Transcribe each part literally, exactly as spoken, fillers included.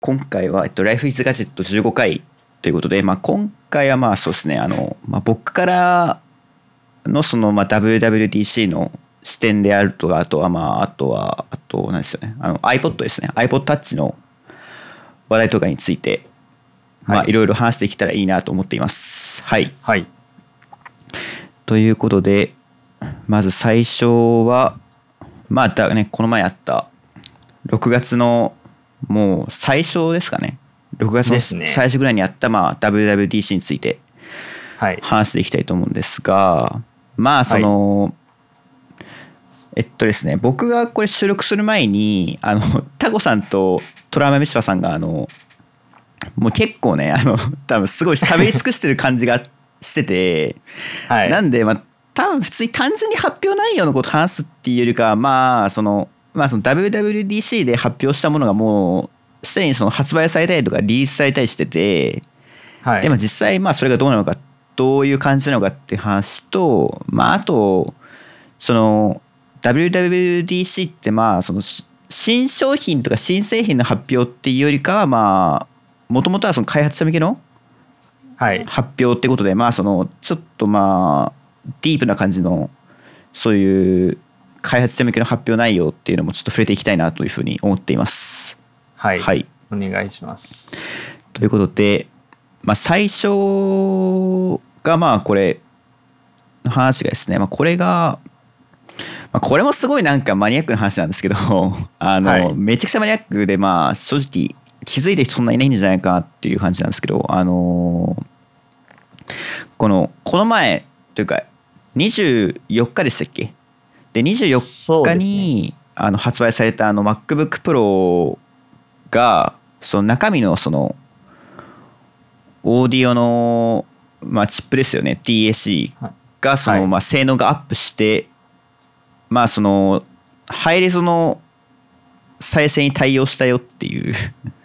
今回は、えっと、Life is Gadget じゅうごかいということで、まあ、今回はまあそうですね、あの、まあ、僕からのそのまあ ダブリューダブリューディーシー の視点であるとか、あとはまあ、あとは、あと、何ですよね、あの iPod ですね、iPod Touch の話題とかについて、まあ、いろいろ話していけたらいいなと思っています。はい。 はい。 ということで、まず最初は、まあだね、この前あったろくがつのもう最初ですかね、ろくがつの最初ぐらいにあったまあ ダブリューダブリューディーシー について話していきたいと思うんですが、はい、まあその、はい、えっとですね、僕がこれ収録する前にあのタコさんとトラウマメシファさんがあのもう結構ね、あの多分すごい喋り尽くしてる感じがしてて、はい、なんでまあ多分普通に単純に発表内容のことを話すっていうよりか、まあそのまあその ダブリューダブリューディーシー で発表したものがもうすでにその発売されたりとかリリースされたりしてて、はい、でも実際まあそれがどうなのか、どういう感じなのかっていう話と、まああとその ダブリューダブリューディーシー ってまあその新商品とか新製品の発表っていうよりかはまあもともとはその開発者向けの発表ってことで、まあそのちょっとまあディープな感じのそういう開発者向けの発表内容っていうのもちょっと触れていきたいなというふうに思っています。 はい、はい、お願いします。 ということで、まあ、最初がまあこれの話がですね、まあ、これが、まあ、これもすごいなんかマニアックな話なんですけどあの、はい、めちゃくちゃマニアックで、まあ正直気づいてる人そんなにいないんじゃないかなっていう感じなんですけど、あのこのこの前というかにじゅうよっかでしたっけ、でにじゅうよっかに、ね、あの発売されたあの MacBook Pro がその中身のそのオーディオの、まあ、チップですよね ティーエーシー がその、まあ、性能がアップして、まあそのハイレゾの再生に対応したよっていう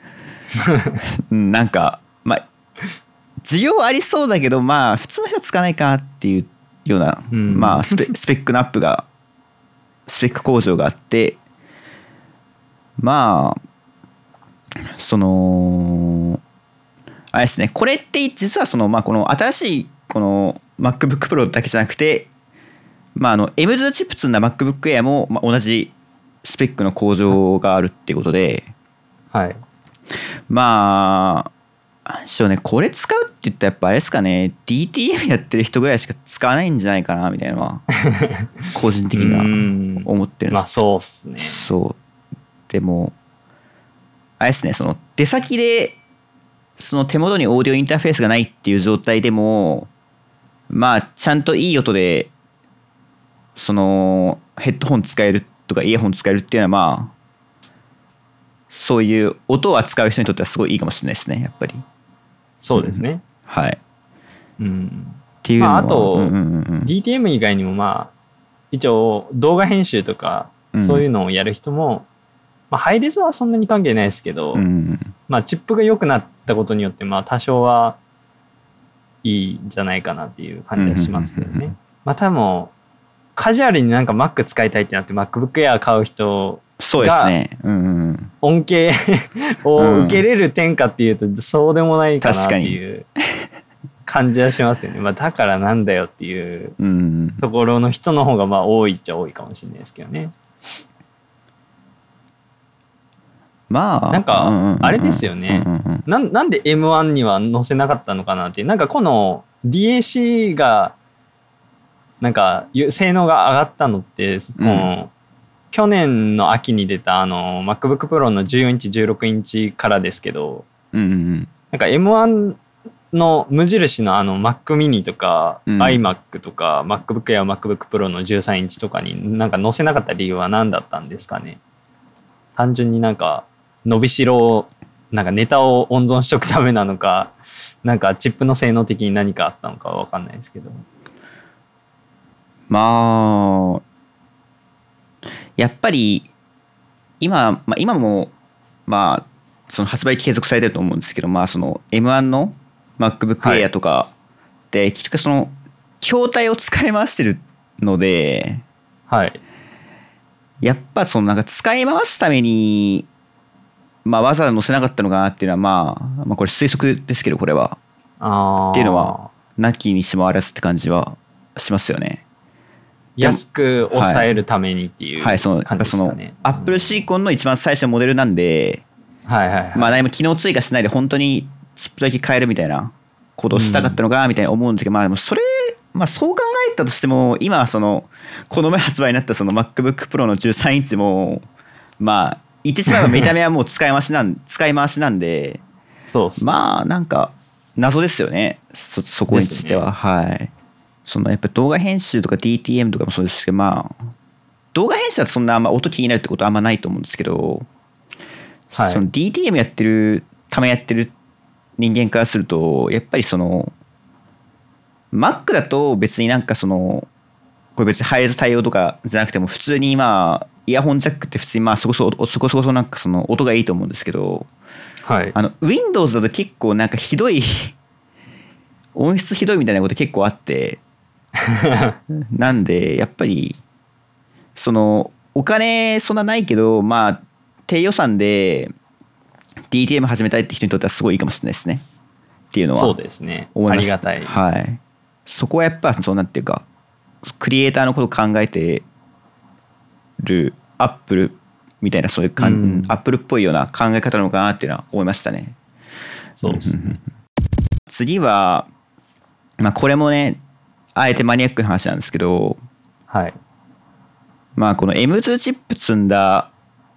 なんかまあ需要ありそうだけど、まあ普通の人はつかないかなっていうような、まあスペ、スペックのアップがスペック向上があって、まあそのあれですね、これって実はそのまあこの新しいこの MacBook Pro だけじゃなくて、まああの エムドット チップツな MacBook Air もまあ同じスペックの向上があるっていうことで、 はい、 まあなんでしょうね、これ使うって言ったらやっぱあれですかね、 ディーティーエム やってる人ぐらいしか使わないんじゃないかなみたいなのは個人的には思ってるんです。 まあそうっすね。 そうでもあれですね、その出先でその手元にオーディオインターフェースがないっていう状態でも、まあちゃんといい音でそのヘッドホン使えるとかイヤホン使えるっていうのは、まあそういう音を扱う人にとってはすごいいいかもしれないですね、やっぱり。 そうですね、 うん、はい、 うん、 っていうのは、 まあ、あと、 うんうんうん、 ディーティーエム 以外にもまあ一応動画編集とかそういうのをやる人も、うん、まあ、ハイレゾはそんなに関係ないですけど、うん、まあ、チップが良くなったことによってまあ多少はいいんじゃないかなっていう感じはしますけどね。まあ多分カジュアルになんか Mac 使いたいってなって MacBook Air 買う人そうですね、うんうん、 恩恵を受けれる点かっていうとそうでもないかなっていう感じはしますよね。まあ、だからなんだよっていうところの人の方がまあ多いっちゃ多いかもしれないですけどね。 まあなんかあれですよね、な, なんで エムワン には載せなかったのかなっていう、なんかこの ディーエーシー がなんか性能が上がったのって、うん、もう去年の秋に出たあの MacBook Pro のじゅうよんインチじゅうろくインチからですけど、うんうん、なんか エムワン の無印のあの Mac mini とか、うん、iMac とか MacBook Air MacBook Pro のじゅうさんインチとかになんか載せなかった理由は何だったんですかね。単純になんか伸びしろをなんかネタを温存しとくためなのか、なんかチップの性能的に何かあったのかは分かんないですけど、 まあやっぱり今、まあ、今もまあその発売継続されてると思うんですけど、まあその エムワン の MacBook Air とかで結局その筐体を使い回してるので、 はい、 やっぱそのなんか使い回すためにまあ、わざわざ載せなかったのかなっていうのは、まあ、まあこれ推測ですけどこれはあっていうのはなきにしもあらずって感じはしますよね。 安く抑えるためにっていうはい、その感じですかね。 アップルシリコンの一番最初のモデルなんで、 はいはいはい、 まあ何も機能追加しないで本当にチップだけ変えるみたいなことをしたかったのかみたいな思うんですけど、まあでもそれ、まあそう考えたとしても今そのこの前発売になったその MacBook Pro のじゅうさんインチもまあ言ってしまえば見た目はもう使い回しなん使い回しなんで、 そうっすね、 まあなんか謎ですよね、そそこについては、ね、はい。そのやっぱ動画編集とか ディーティーエム とかもそうですけど、まあ動画編集だとそんなあんま音気になるってことはあんまないと思うんですけど、はい、その ディーティーエム やってるためやってる人間からするとやっぱりその Mac だと別になんかそのこれ別にハイレゾ対応とかじゃなくても普通にまあイヤホンジャックって普通にまあそこそこそこそこなんかその音がいいと思うんですけど、 はい、 あの Windows だと結構なんかひどい音質ひどいみたいなこと結構あってなんでやっぱりそのお金そんなないけどまあ低予算で ディーティーエム 始めたいって人にとってはすごいいいかもしれないですねっていうのはそうですね、ありがたい、 はい、そこはやっぱそうなんていうかクリエイターのことを考えてるアップルみたいなそういうかん、うん、アップルっぽいような考え方なのかなっていうのは思いましたね。 そうですね次は、まあ、これもねあえてマニアックな話なんですけど、 はい、 まあこの エムツー チップ積んだ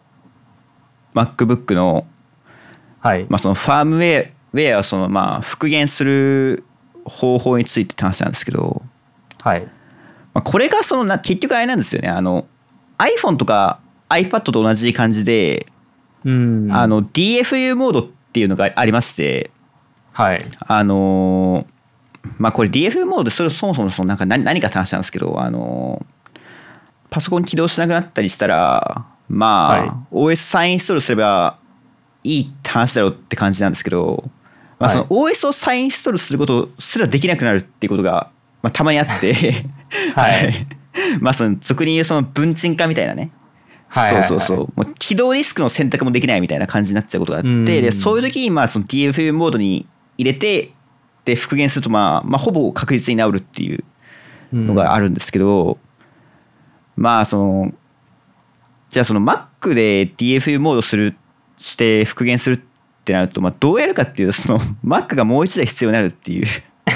MacBook の、 はいまあ、そのファームウェア、ウェアをそのまあ復元する方法についてって話なんですけど、 はい、 まあ、これがそのな結局あれなんですよね、あの iPhone とか iPad と同じ感じで、 うんあの ディーエフユー モードっていうのがありまして、 はい、 あのまあこれ ディーエフユー モードそれそもそもそのなんか 何, 何かって話なんですけど、あのパソコン起動しなくなったりしたらまあ、はい、オーエス 再インストールすればいいって話だろうって感じなんですけど、まあ、その オーエス を再インストールすることすらできなくなるっていうことが、まあ、たまにあってはいまあその俗に言うその文鎮化みたいなね、はいはいはい、そうそうそうもう起動リスクの選択もできないみたいな感じになっちゃうことがあって、でそういう時にまあその ディーエフユー モードに入れてで復元するとまあまあほぼ確実に治るっていうのがあるんですけど、まあそのじゃあその Mac で ディーエフユー モードするして復元するってなると、まあどうやるかっていうとその Mac がもう一台必要になるっていう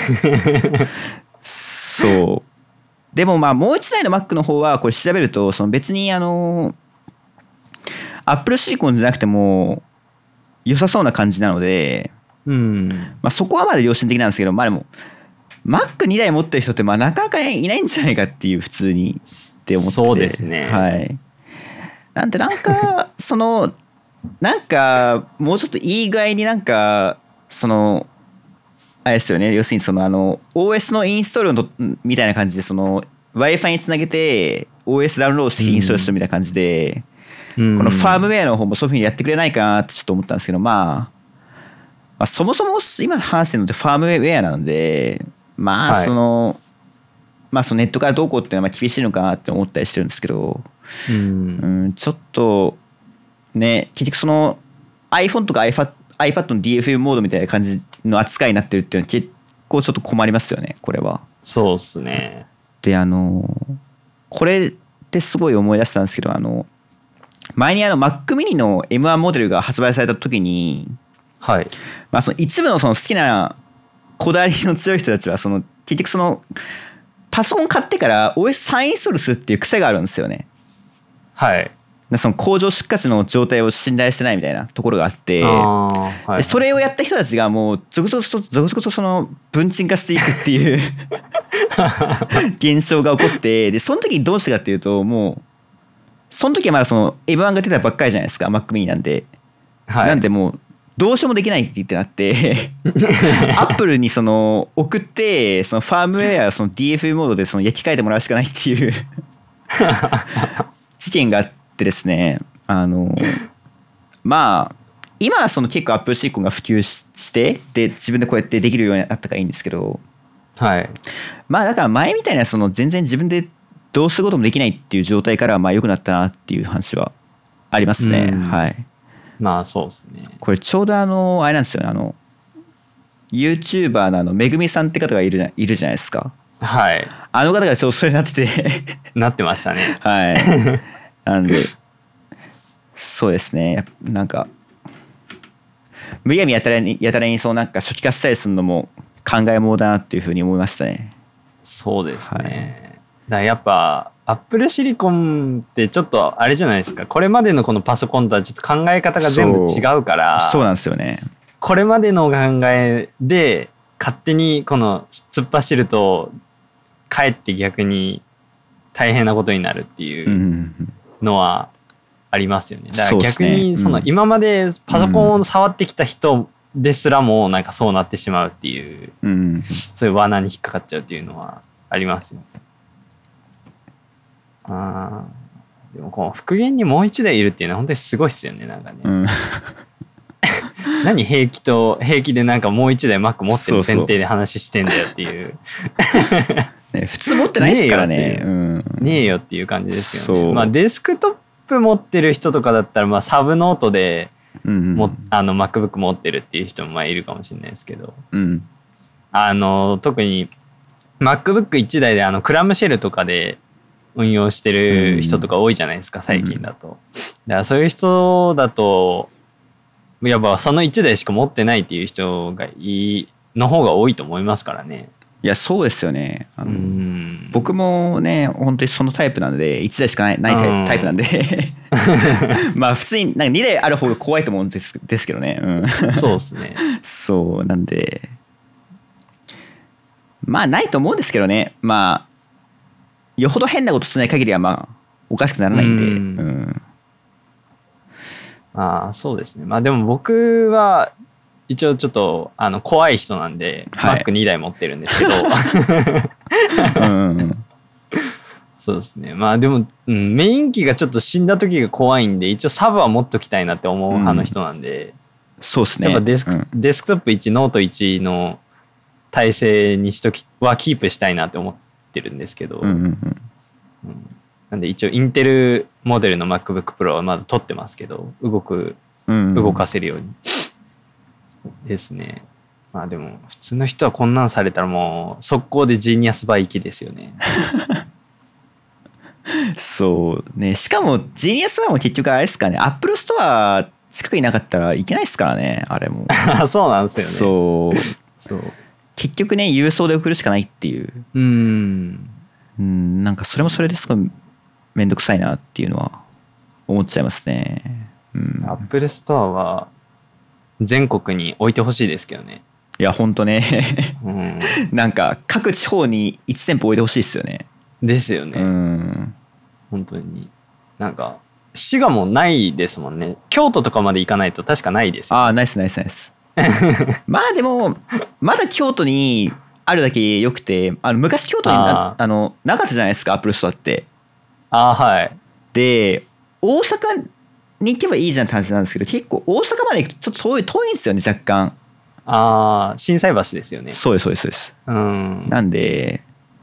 そうでもまあもう一台の Mac の方はこれ調べるとその別にあの Apple シリコンじゃなくても良さそうな感じなので、 うんまあ、そこはまだ良心的なんですけど、まあでも マックに 台持ってる人ってまあなかなかいないんじゃないかっていう普通にって思ってて、 そうですね、 はい、なんでなんかそのなんかもうちょっといい具合になんかそのあれですよね、要するにそのあの オーエス のインストールのみたいな感じでその Wi-Fi につなげて オーエス ダウンロードしてインストールするみたいな感じで、このファームウェアの方もそういう風にやってくれないかなってちょっと思ったんですけど、まあ、まあそもそも今話してるのってファームウェアなのでまあその、はい、まあそのネットからどうこうっていうのはまあ厳しいのかなって思ったりしてるんですけど、うん、うんちょっとね結局その iPhone とか iPad, iPad の ディーエフユー モードみたいな感じの扱いになってるっていうのは結構ちょっと困りますよねこれは。 そうですね。 であのこれってすごい思い出したんですけど、あの前にあの Mac mini の エムワン モデルが発売された時に、 はいまあ、その一部のその好きなこだわりの強い人たちはその結局そのパソコン買ってから オーエス 再インストールするっていう癖があるんですよね。 はい。 その工場出荷時の状態を信頼してないみたいなところがあって、はい、でそれをやった人たちがもう続々と続々とその分鎮化していくっていう現象が起こって、でその時にどうしたかっていうと、もうその時はまだその エムワン が出たばっかりじゃないですか Mac mini なんで、はい、なんでもうどうしようもできないって言ってなってアップルにその送ってそのファームウェアその ディーエフユー モードでその焼き替えてもらうしかないっていう事件があってですね、あのまあ今はその結構アップルシリコンが普及してで自分でこうやってできるようになったからいいんですけど、 はい、 まあだから前みたいなその全然自分でどうすることもできないっていう状態からはまあ良くなったなっていう話はありますね。はい。 まあそうですね。 これちょうどあのあれなんですよね、あの YouTuber のあのめぐみさんって方がいるじゃいるじゃないですか。 はい。 あの方がそうそれになっててなってましたね。 はいなんでそうですね、なんかむやみやたらにやたらにそうなんか初期化したりするのも考えものだなっていうふうに思いましたね。 そうですね、 はい、 だからやっぱアップルシリコンってちょっとあれじゃないですか、これまでのこのパソコンとはちょっと考え方が全部違うからそう、そうなんですよね。 これまでの考えで勝手にこの突っ走るとかえって逆に大変なことになるっていうのはありますよね。だから逆にその今までパソコンを触ってきた人ですらもなんかそうなってしまうっていう、うん、そういう罠に引っかかっちゃうっていうのはありますよ。あでもこの復元にもう一台いるっていうのは本当にすごいっすよね、なんかね、うん、何平気と平気でなんかもう一台 Mac 持ってる前提で話してんだよっていうね、普通持ってないですからね。 ねえよっていう感じですよね。まあデスクトップ持ってる人とかだったらまあサブノートでも、うん、あの MacBook 持ってるっていう人もまあいるかもしれないですけど、うん、あの特に MacBook いちだいであのクラムシェルとかで運用してる人とか多いじゃないですか、最近だと。だからそういう人だとやっぱそのいちだいしか持ってないっていう人がいいの方が多いと思いますからね。 いやそうですよね。あのうん僕もね本当にそのタイプなんでいちだいしかない、ないタイプなんでまあ普通になんかにだいある方が怖いと思うんです、ですけどね、うん、そうですねそうなんでまあないと思うんですけどね。まあよほど変なことしない限りはまあおかしくならないんで、うん、うん、 ああそうですね。まあでも僕は一応ちょっとあの怖い人なんで、はい、Mac にだい持ってるんですけどうん、うん、そうですね。まあでも、うん、メイン機がちょっと死んだ時が怖いんで一応サブは持っときたいなって思う派の人なんで、うん、 そうですね。 やっぱデスク、うん、デスクトップいちノートいちの体制にしときはキープしたいなって思ってるんですけど、うんうんうんうん、なんで一応インテルモデルの MacBook Pro はまだ取ってますけど動く、うんうん、動かせるようにですね。まあでも普通の人はこんなんされたらもう速攻でジーニアスバー行きですよねそうね。しかもジーニアスバーも結局あれですかね、アップルストア近くになかったらいけないですからね、あれもそうなんですよね。そうそう結局ね郵送で送るしかないっていう、うんうんなんかそれもそれですごいめんどくさいなっていうのは思っちゃいますね、 うん、アップルストアは全国に置いてほしいですけどね。 いやほんとね、うん、なんか各地方にいち店舗置いてほしいですよね。 ですよね、うん、本当になんか滋賀もないですもんね。京都とかまで行かないと確かないですよ、ね、 ああナイスナイスナイスまあでもまだ京都にあるだけよくて、あの昔京都に ああのなかったじゃないですかアップルストアって。 ああはい。 で大阪に行けばいいじゃんって話なんですけど結構大阪までちょっと遠い遠いんですよね若干。 ああ心斎橋ですよね。 そうですそうですそうです。うんなんで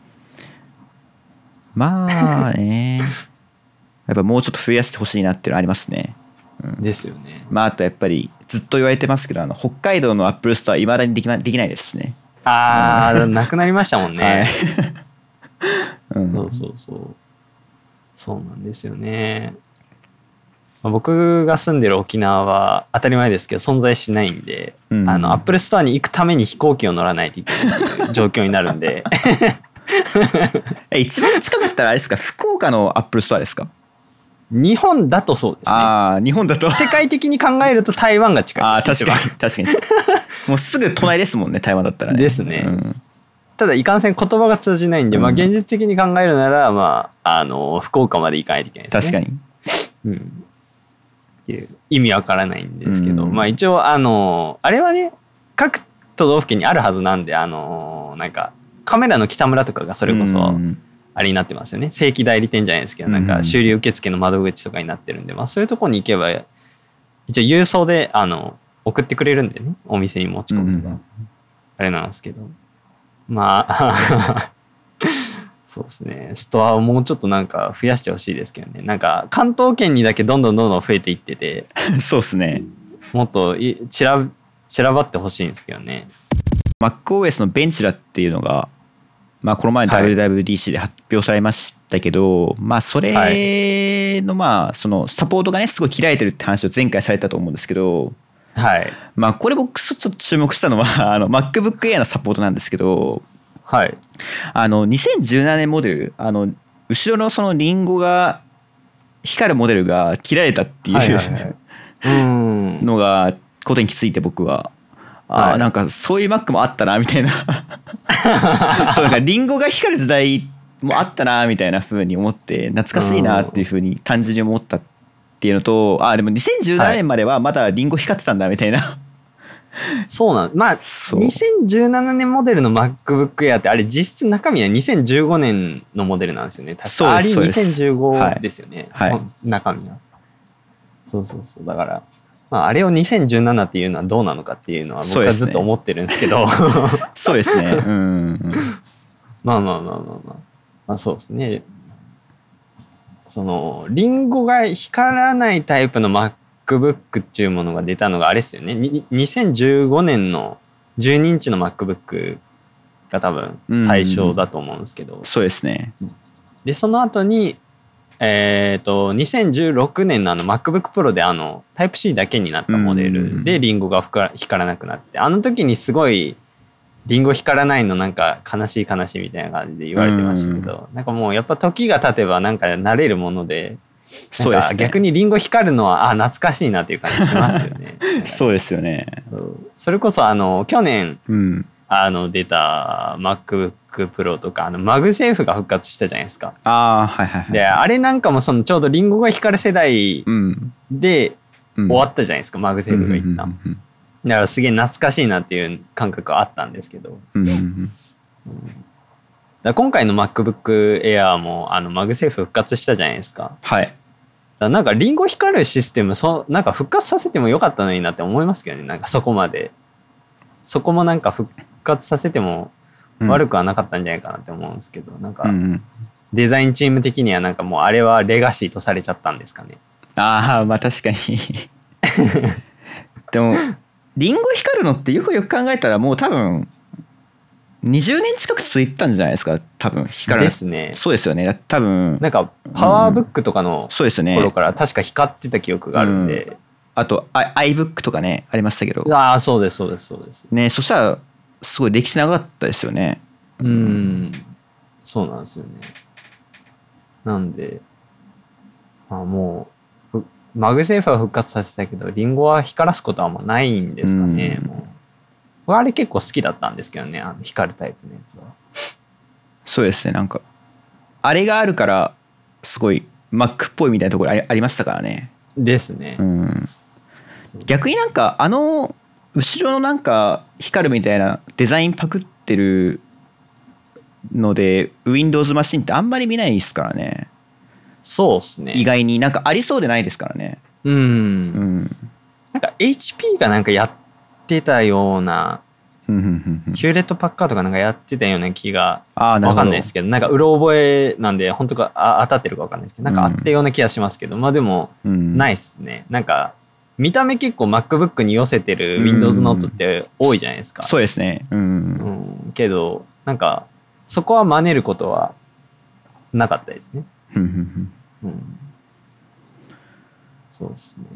まあねやっぱもうちょっと増やしてほしいなっていうのありますね。 うん、ですよね。 まああとやっぱりずっと言われてますけどあの北海道のアップルストアいまだにできな、できないですしね。 ああなくなりましたもんね、はいうん、そうそうそうそうなんですよね。僕が住んでる沖縄は当たり前ですけど存在しないんで、うん、あのアップルストアに行くために飛行機を乗らないといけない状況になるんで一番近かったらあれですか福岡のアップルストアですか。 日本だとそうですね。 ああ日本だと世界的に考えると台湾が近いです。 あ確かに確かにもうすぐ隣ですもんね台湾だったらね。 ですね、うん、ただいかんせん言葉が通じないんで、うんまあ、現実的に考えるなら、まあ、あの福岡まで行かないといけないですね。 確かに、うん、 っていう意味わからないんですけど、うんまあ、一応あのあれはね各都道府県にあるはずなんであのなんかカメラの北村とかがそれこそ、うんあれになってますよね。正規代理店じゃないですけどなんか修理受付の窓口とかになってるんで、まあ、そういうところに行けば一応郵送であの送ってくれるんでねお店に持ち込めばあれなんですけどまあそうですね。ストアをもうちょっとなんか増やしてほしいですけどね。なんか関東圏にだけどんどんどんどん増えていっててそうですね。 もっとい散ら散らばってほしいんですけどね。 MacOS のベンチュラっていうのが、まあ、この前の ダブリューダブリューディーシー で発表されましたけど、はい、まあそれのまあそのサポートがねすごい切られてるって話を前回されたと思うんですけど、 はい、 まあこれ僕ちょっと注目したのはあの MacBook Air のサポートなんですけど、 はい、 あのにせんじゅうななねんモデル、あの後ろのそのリンゴが光るモデルが切られたっていう、はいはいはい、うんのがことに気づいて僕はあ、はい、なんかそういう Mac もあったなみたいなそうなんかリンゴが光る時代もあったなみたいな風に思って懐かしいなっていう風に単純に思ったっていうのと、あでもにせんじゅうななねんまではまだリンゴ光ってたんだみたいな、はい、 そうなんまあにせんじゅうななねんモデルの MacBook Air ってあれ実質中身はにせんじゅうごねんのモデルなんですよね。確かそうですそうです。 あれにせんじゅうごですよね、 はいはい、 中身は。そうそうそうだからまあ、あれをにせんじゅうななっていうのはどうなのかっていうのは僕はずっと思ってるんですけどそうですねうん、 まあまあまあまあまあ、まあ、そうですね。そのリンゴが光らないタイプの MacBook っていうものが出たのがあれですよね。にせんじゅうごねんのじゅうにインチの MacBook が多分最初だと思うんですけど、 うん、そうですね。 でその後にえー、とにせんじゅうろくねんのあの MacBook Pro であの タイプシー だけになったモデルでリンゴが光らなくなって、あの時にすごいリンゴ光らないのなんか悲しい悲しいみたいな感じで言われてましたけど、なんかもうやっぱ時が経てばなんか慣れるもので、なんか逆にリンゴ光るのはあ懐かしいなっていう感じしますよねそうですよね。 それこそあの去年、 うん、 あの出た MacBook Pro とかあのマグセーフが復活したじゃないですか。 あ、はいはいはい、 であれなんかもそのちょうどリンゴが光る世代で終わったじゃないですか、うん、マグセーフが一旦、うんうんうん、だからすげえ懐かしいなっていう感覚はあったんですけど、うんうんうん、だ今回の MacBook Air もあのマグセーフ復活したじゃないですか。 はい。 だなんかリンゴ光るシステムそなんか復活させてもよかったのになって思いますけどね。なんかそこまでそこもなんか復活させても悪くはなかったんじゃないかなって思うんですけど、うん、なんかデザインチーム的にはなんかもうあれはレガシーとされちゃったんですかね。 ああまあ確かにでもリンゴ光るのってよくよく考えたらもう多分にじゅうねん近く続いたんじゃないですか多分光るですね。 そうですよね多分なんかパワーブックとかの頃から確か光ってた記憶があるんで、 うん、あと iBook とかねありましたけど、 ああそうですそうですそうですね。そしたらすごい歴史長かったですよね。 うん、うん、そうなんですよね。なんで、まあ、もうマグセーフは復活させたけどリンゴは光らすことはもうないんですかね、うん、もう僕あれ結構好きだったんですけどね、あの光るタイプのやつは。 そうですねなんかあれがあるからすごい Mac っぽいみたいなところありましたからね。 ですね、 うん、逆になんかあの後ろのなんか光るみたいなデザインパクってるので Windows マシンってあんまり見ないですからね。 そうですね。 意外になんかありそうでないですからね。 うん、うん、なんか エイチピー がなんかやってたようなヒューレットパッカーとかなんかやってたような気が分かんないですけど、なんかうろ覚えなんで本当かあ当たってるか分かんないですけどなんかあったような気がしますけど、まあでもないっすね。なんか見た目結構 MacBook に寄せてる Windows Note って多いじゃないですか。 そうですね、うんうん、けどなんかそこは真似ることはなかったですねうん、そうですね。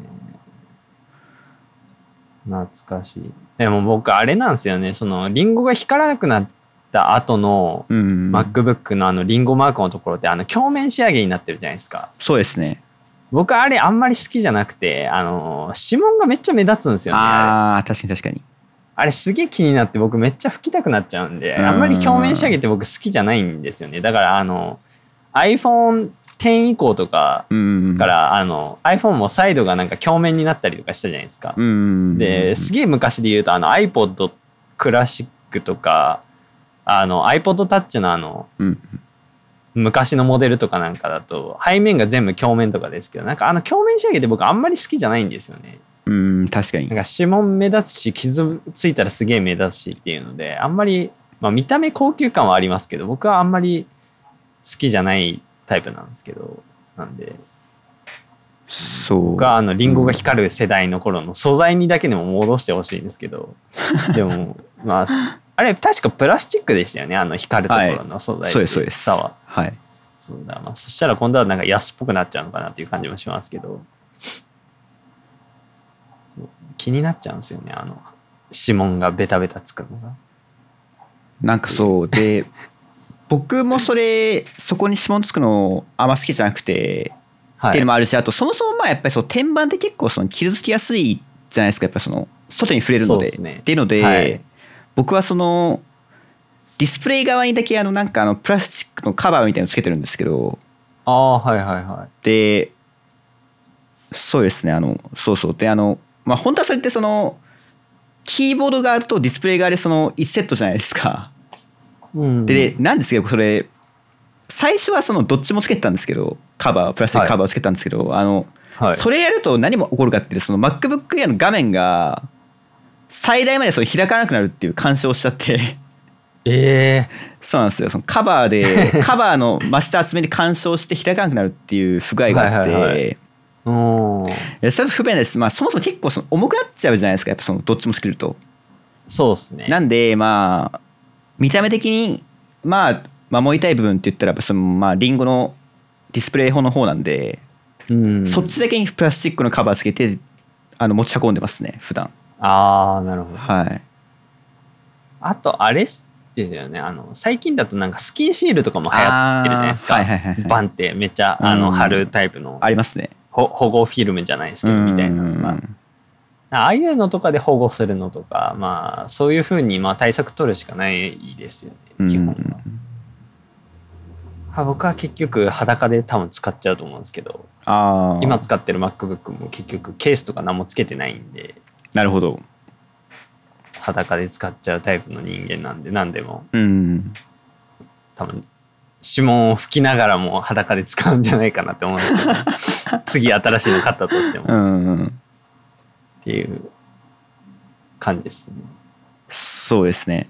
懐かしい。でも僕あれなんですよね、そのリンゴが光らなくなった後の MacBook のあのリンゴマークのところってあの鏡面仕上げになってるじゃないですか。 そうですね。 僕あれあんまり好きじゃなくて、あの指紋がめっちゃ目立つんですよね。 ああ確かに確かに。 あれすげえ気になって僕めっちゃ拭きたくなっちゃうんで、あんまり鏡面仕上げって僕好きじゃないんですよね。だからあの iPhone テン以降とかからあの iPhone もサイドがなんか鏡面になったりとかしたじゃないですか。ですげえ昔で言うとあの iPod クラシックとかあの iPod Touch のあの昔のモデルとかなんかだと背面が全部鏡面とかですけど、なんかあの鏡面仕上げって僕あんまり好きじゃないんですよね。 うん確かに。 なんか指紋目立つし傷ついたらすげえ目立つしっていうのであんまり、まあ、見た目高級感はありますけど僕はあんまりきじゃないタイプなんですけど、なんでそう僕はあのリンゴが光る世代の頃の素材にだけでも戻してほしいんですけど、でもまああれ確かプラスチックでしたよね、あの光るところの素材って、 はい、そうですそうです差は。 はい。 そうだ、まあ、そしたら今度はなんか安っぽくなっちゃうのかなっていう感じもしますけど、気になっちゃうんですよね、あの指紋がベタベタつくのが。 なんかそうで僕もそれそこに指紋つくのあんま好きじゃなくて、はい、っていうのもあるし、あとそもそもまあやっぱりそう天板って結構その傷つきやすいじゃないですか、やっぱその外に触れるので、ね、っていうので、はい、僕はそのディスプレイ側にだけあのなんかあのプラスチックのカバーみたいなのつけてるんですけど、 ああはいはいはい。 でそうですね、あのそうそうであのまあ本当はそれってそのキーボード側とディスプレイ側でそのいちセットじゃないですか。うん、でなんですけどそれ最初はそのどっちもつけてたんですけど、カバープラスチックカバーをつけてたんですけど、はい、あのはい、それやると何も起こるかっていうと、その MacBook Air の画面が最大までその開かなくなるっていう干渉をしちゃってえー、 そうなんですよ、そのカバーでカバーの真下厚めで干渉して開かなくなるっていう不具合があって、はいはいはい、おそれ不便です。まあそもそも結構その重くなっちゃうじゃないですか、やっぱそのどっちもつけると。 そうですね。 なんでまあ見た目的にまあ守りたい部分って言ったらそのまあリンゴのディスプレイ法の方なんで、うん、そっちだけにプラスチックのカバーつけてあの持ち運んでますね普段。 ああなるほど。 はい。 あとあれですよね、あの最近だとなんかスキンシールとかも流行ってるじゃないですか。はいはいはいはい、バンってめっちゃあの貼るタイプの、うん、 ありますね。 保護フィルムじゃないですけどみたいなのが、ああいうのとかで保護するのとか、まあそういうふうにまあ対策取るしかないですよね基本は。うん、僕は結局裸で多分使っちゃうと思うんですけど、あ今使ってる MacBook も結局ケースとか何もつけてないんで。 なるほど。 裸で使っちゃうタイプの人間なんで、何でも、 うん、 多分指紋を拭きながらも裸で使うんじゃないかなって思うんですけど次新しいの買ったとしても、うんうん、っていう感じですね。 そうですね。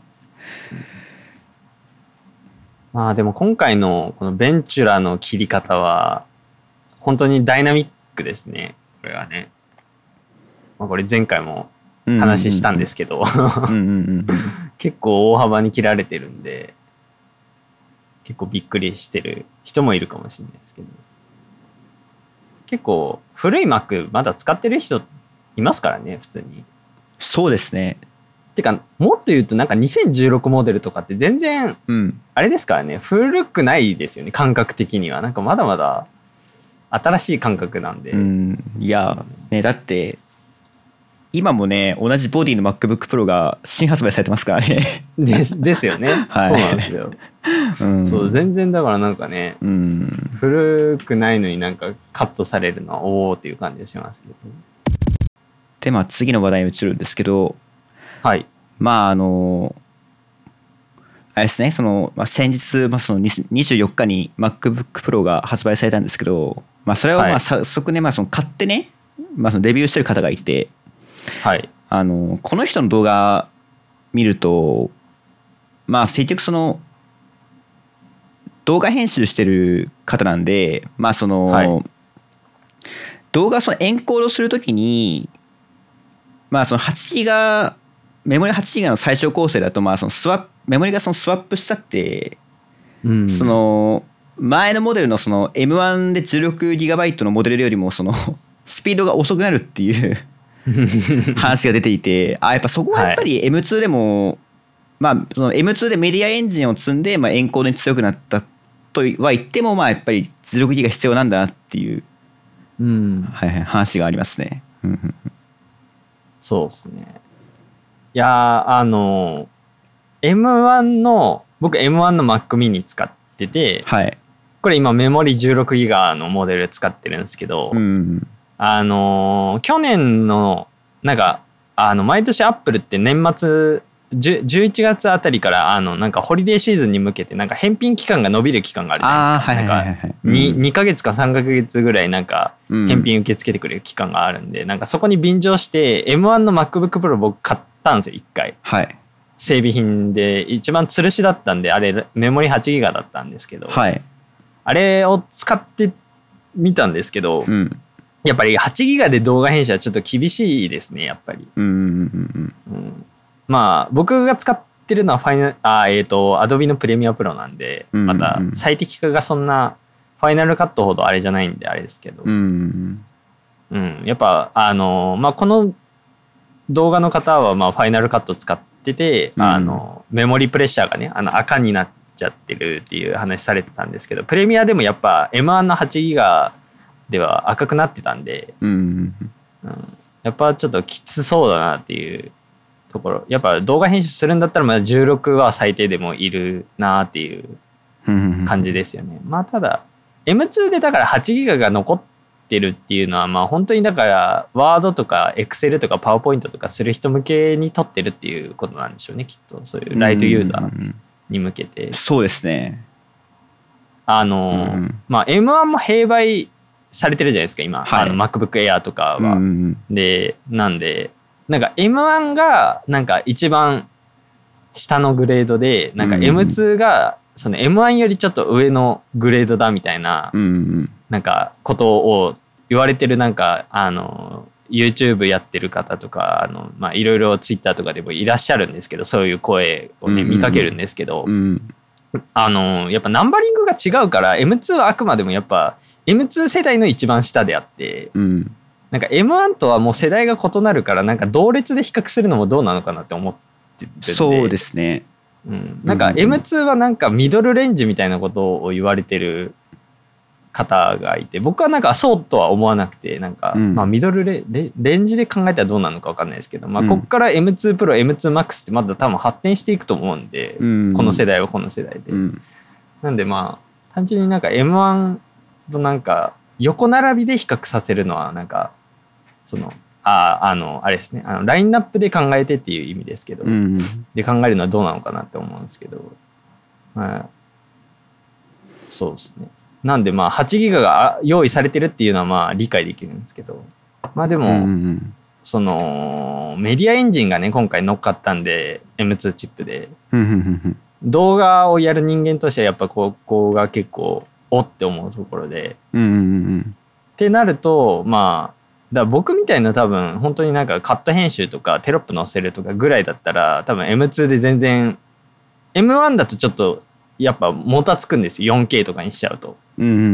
まあでも今回のこのベンチュラの切り方は本当にダイナミックですね。これはね、まあ、これ前回も話したんですけど結構大幅に切られてるんで結構びっくりしてる人もいるかもしれないですけど、結構古い Mac まだ使ってる人いますからね普通に。 そうですね。 てかもっと言うとなんかにせんじゅうろくモデルとかって全然あれですからね、古くないですよね感覚的には。なんかまだまだ新しい感覚なんで。 うん、いやね、だって今もね同じボディの MacBook Pro が新発売されてますからねですですよね、はい、そうなんですよ、うん、そう全然だからなんかね、うん、古くないのになんかカットされるのはおおっていう感じがしますけど。 でまあ次の話題に移るんですけど、 はい、 まああのあれですね、その、まあ、先日、まあ、そのにじゅうよっかに MacBook Pro が発売されたんですけど、まあ、それをまあ早速ね、まあ、その買ってね、まあ、そのレビューしてる方がいて、 はい、 あのこの人の動画見るとまあ結局その動画編集してる方なんで、まあその、はい、動画そのエンコードするときにまあそのはちギガメモリはちギガの最小構成だとまあそのスワップメモリがそのスワップしちゃって、うん、その前のモデルのその エムワン で じゅうろくギガバイト のモデルよりもそのスピードが遅くなるっていう話が出ていて、あやっぱそこはやっぱり エムツー でも、はい、まあその エムツー でメディアエンジンを積んでまあエンコードに強くなったとは言ってもまあやっぱりじゅうろくギガ必要なんだなっていう、うんはいはい、話がありますね。 そうですね。いやあの エムワン の僕 エムワン の Mac mini 使ってて、はい、これ今メモリ じゅうろくギガ のモデル使ってるんですけど、うん、あの去年のなんかあの毎年アップルって年末じゅういちがつあたりからあのなんかホリデーシーズンに向けてなんか返品期間が伸びる期間があるじゃないですか。なんか 2, 2ヶ月かさんかげつぐらいなんか返品受け付けてくれる期間があるんで、うん、なんかそこに便乗して エムワン の MacBook Pro 僕買ったんですよいっかい、はい、整備品で一番吊るしだったんであれメモリはちギガだったんですけど、はい、 あれを使ってみたんですけど、 うん、 やっぱりはちギガで動画編集はちょっと厳しいですねやっぱり、 うんうんうんうん、まあ僕が使ってるのはファイナあえっ、ー、と Adobe のプレミアプロなんで、 うんうんうん、 また最適化がそんなファイナルカットほどあれじゃないんであれですけど、 うんうんうん、やっぱあのまあこの動画の方はまあファイナルカット使ってて、 うん、 あのメモリプレッシャーがねあの赤になっちゃってるっていう話されてたんですけど、プレミアでもやっぱ エムワン のはちギガでは赤くなってたんで、 うんうんうん、やっぱちょっときつそうだなっていうところ、やっぱ動画編集するんだったらまだじゅうろくは最低でもいるなっていう感じですよね。まあただ エムツー でだからはちギガが残ってるっていうのはまあ本当にだからワードとかエクセルとかパワーポイントとかする人向けに撮ってるっていうことなんでしょうね、きっと。そういうライトユーザーに向けて、うんうん、 そうですね。 あの、うん、まあ エムワン も併売されてるじゃないですか今、はい、あの MacBook Air とかは、うんうん、でなんでなんか エムワン がなんか一番下のグレードでなんか エムツー がその エムワン よりちょっと上のグレードだみたいななんかことを言われてる、なんかあの YouTube やってる方とかあのまあいろいろ Twitter とかでもいらっしゃるんですけど、そういう声をね見かけるんですけど、あのやっぱナンバリングが違うから エムツー はあくまでもやっぱ エムツー 世代の一番下であって、なんか エムワン とはもう世代が異なるからなんか同列で比較するのもどうなのかなって思ってるんで。 そうですね、 うん、なんか エムツー はなんかミドルレンジみたいなことを言われてる方がいて、僕はなんかそうとは思わなくて、なんかまあミドル レ, レ, レンジで考えたらどうなのか分かんないですけど、まあこっから エムツー Pro、エムツー Max ってまだ多分発展していくと思うんで、この世代はこの世代で、なんでまあ単純になんか エムワン となんか横並びで比較させるのはなんかそのああのあれですね、あのラインナップで考えてっていう意味ですけど、うん、で考えるのはどうなのかなって思うんですけど、はい、そうですね。なんでまあはちギガが用意されてるっていうのはまあ理解できるんですけど、まあでも、うん、そのメディアエンジンがね今回乗っかったんで エムツー チップで、動画をやる人間としてはやっぱここが結構おって思うところで、うんうんうん、ってなるとまあだから僕みたいな多分本当になんかカット編集とかテロップ載せるとかぐらいだったら多分 エムツー で全然 エムワン だとちょっとやっぱもたつくんですよ よんケー とかにしちゃうと、うんうんうん、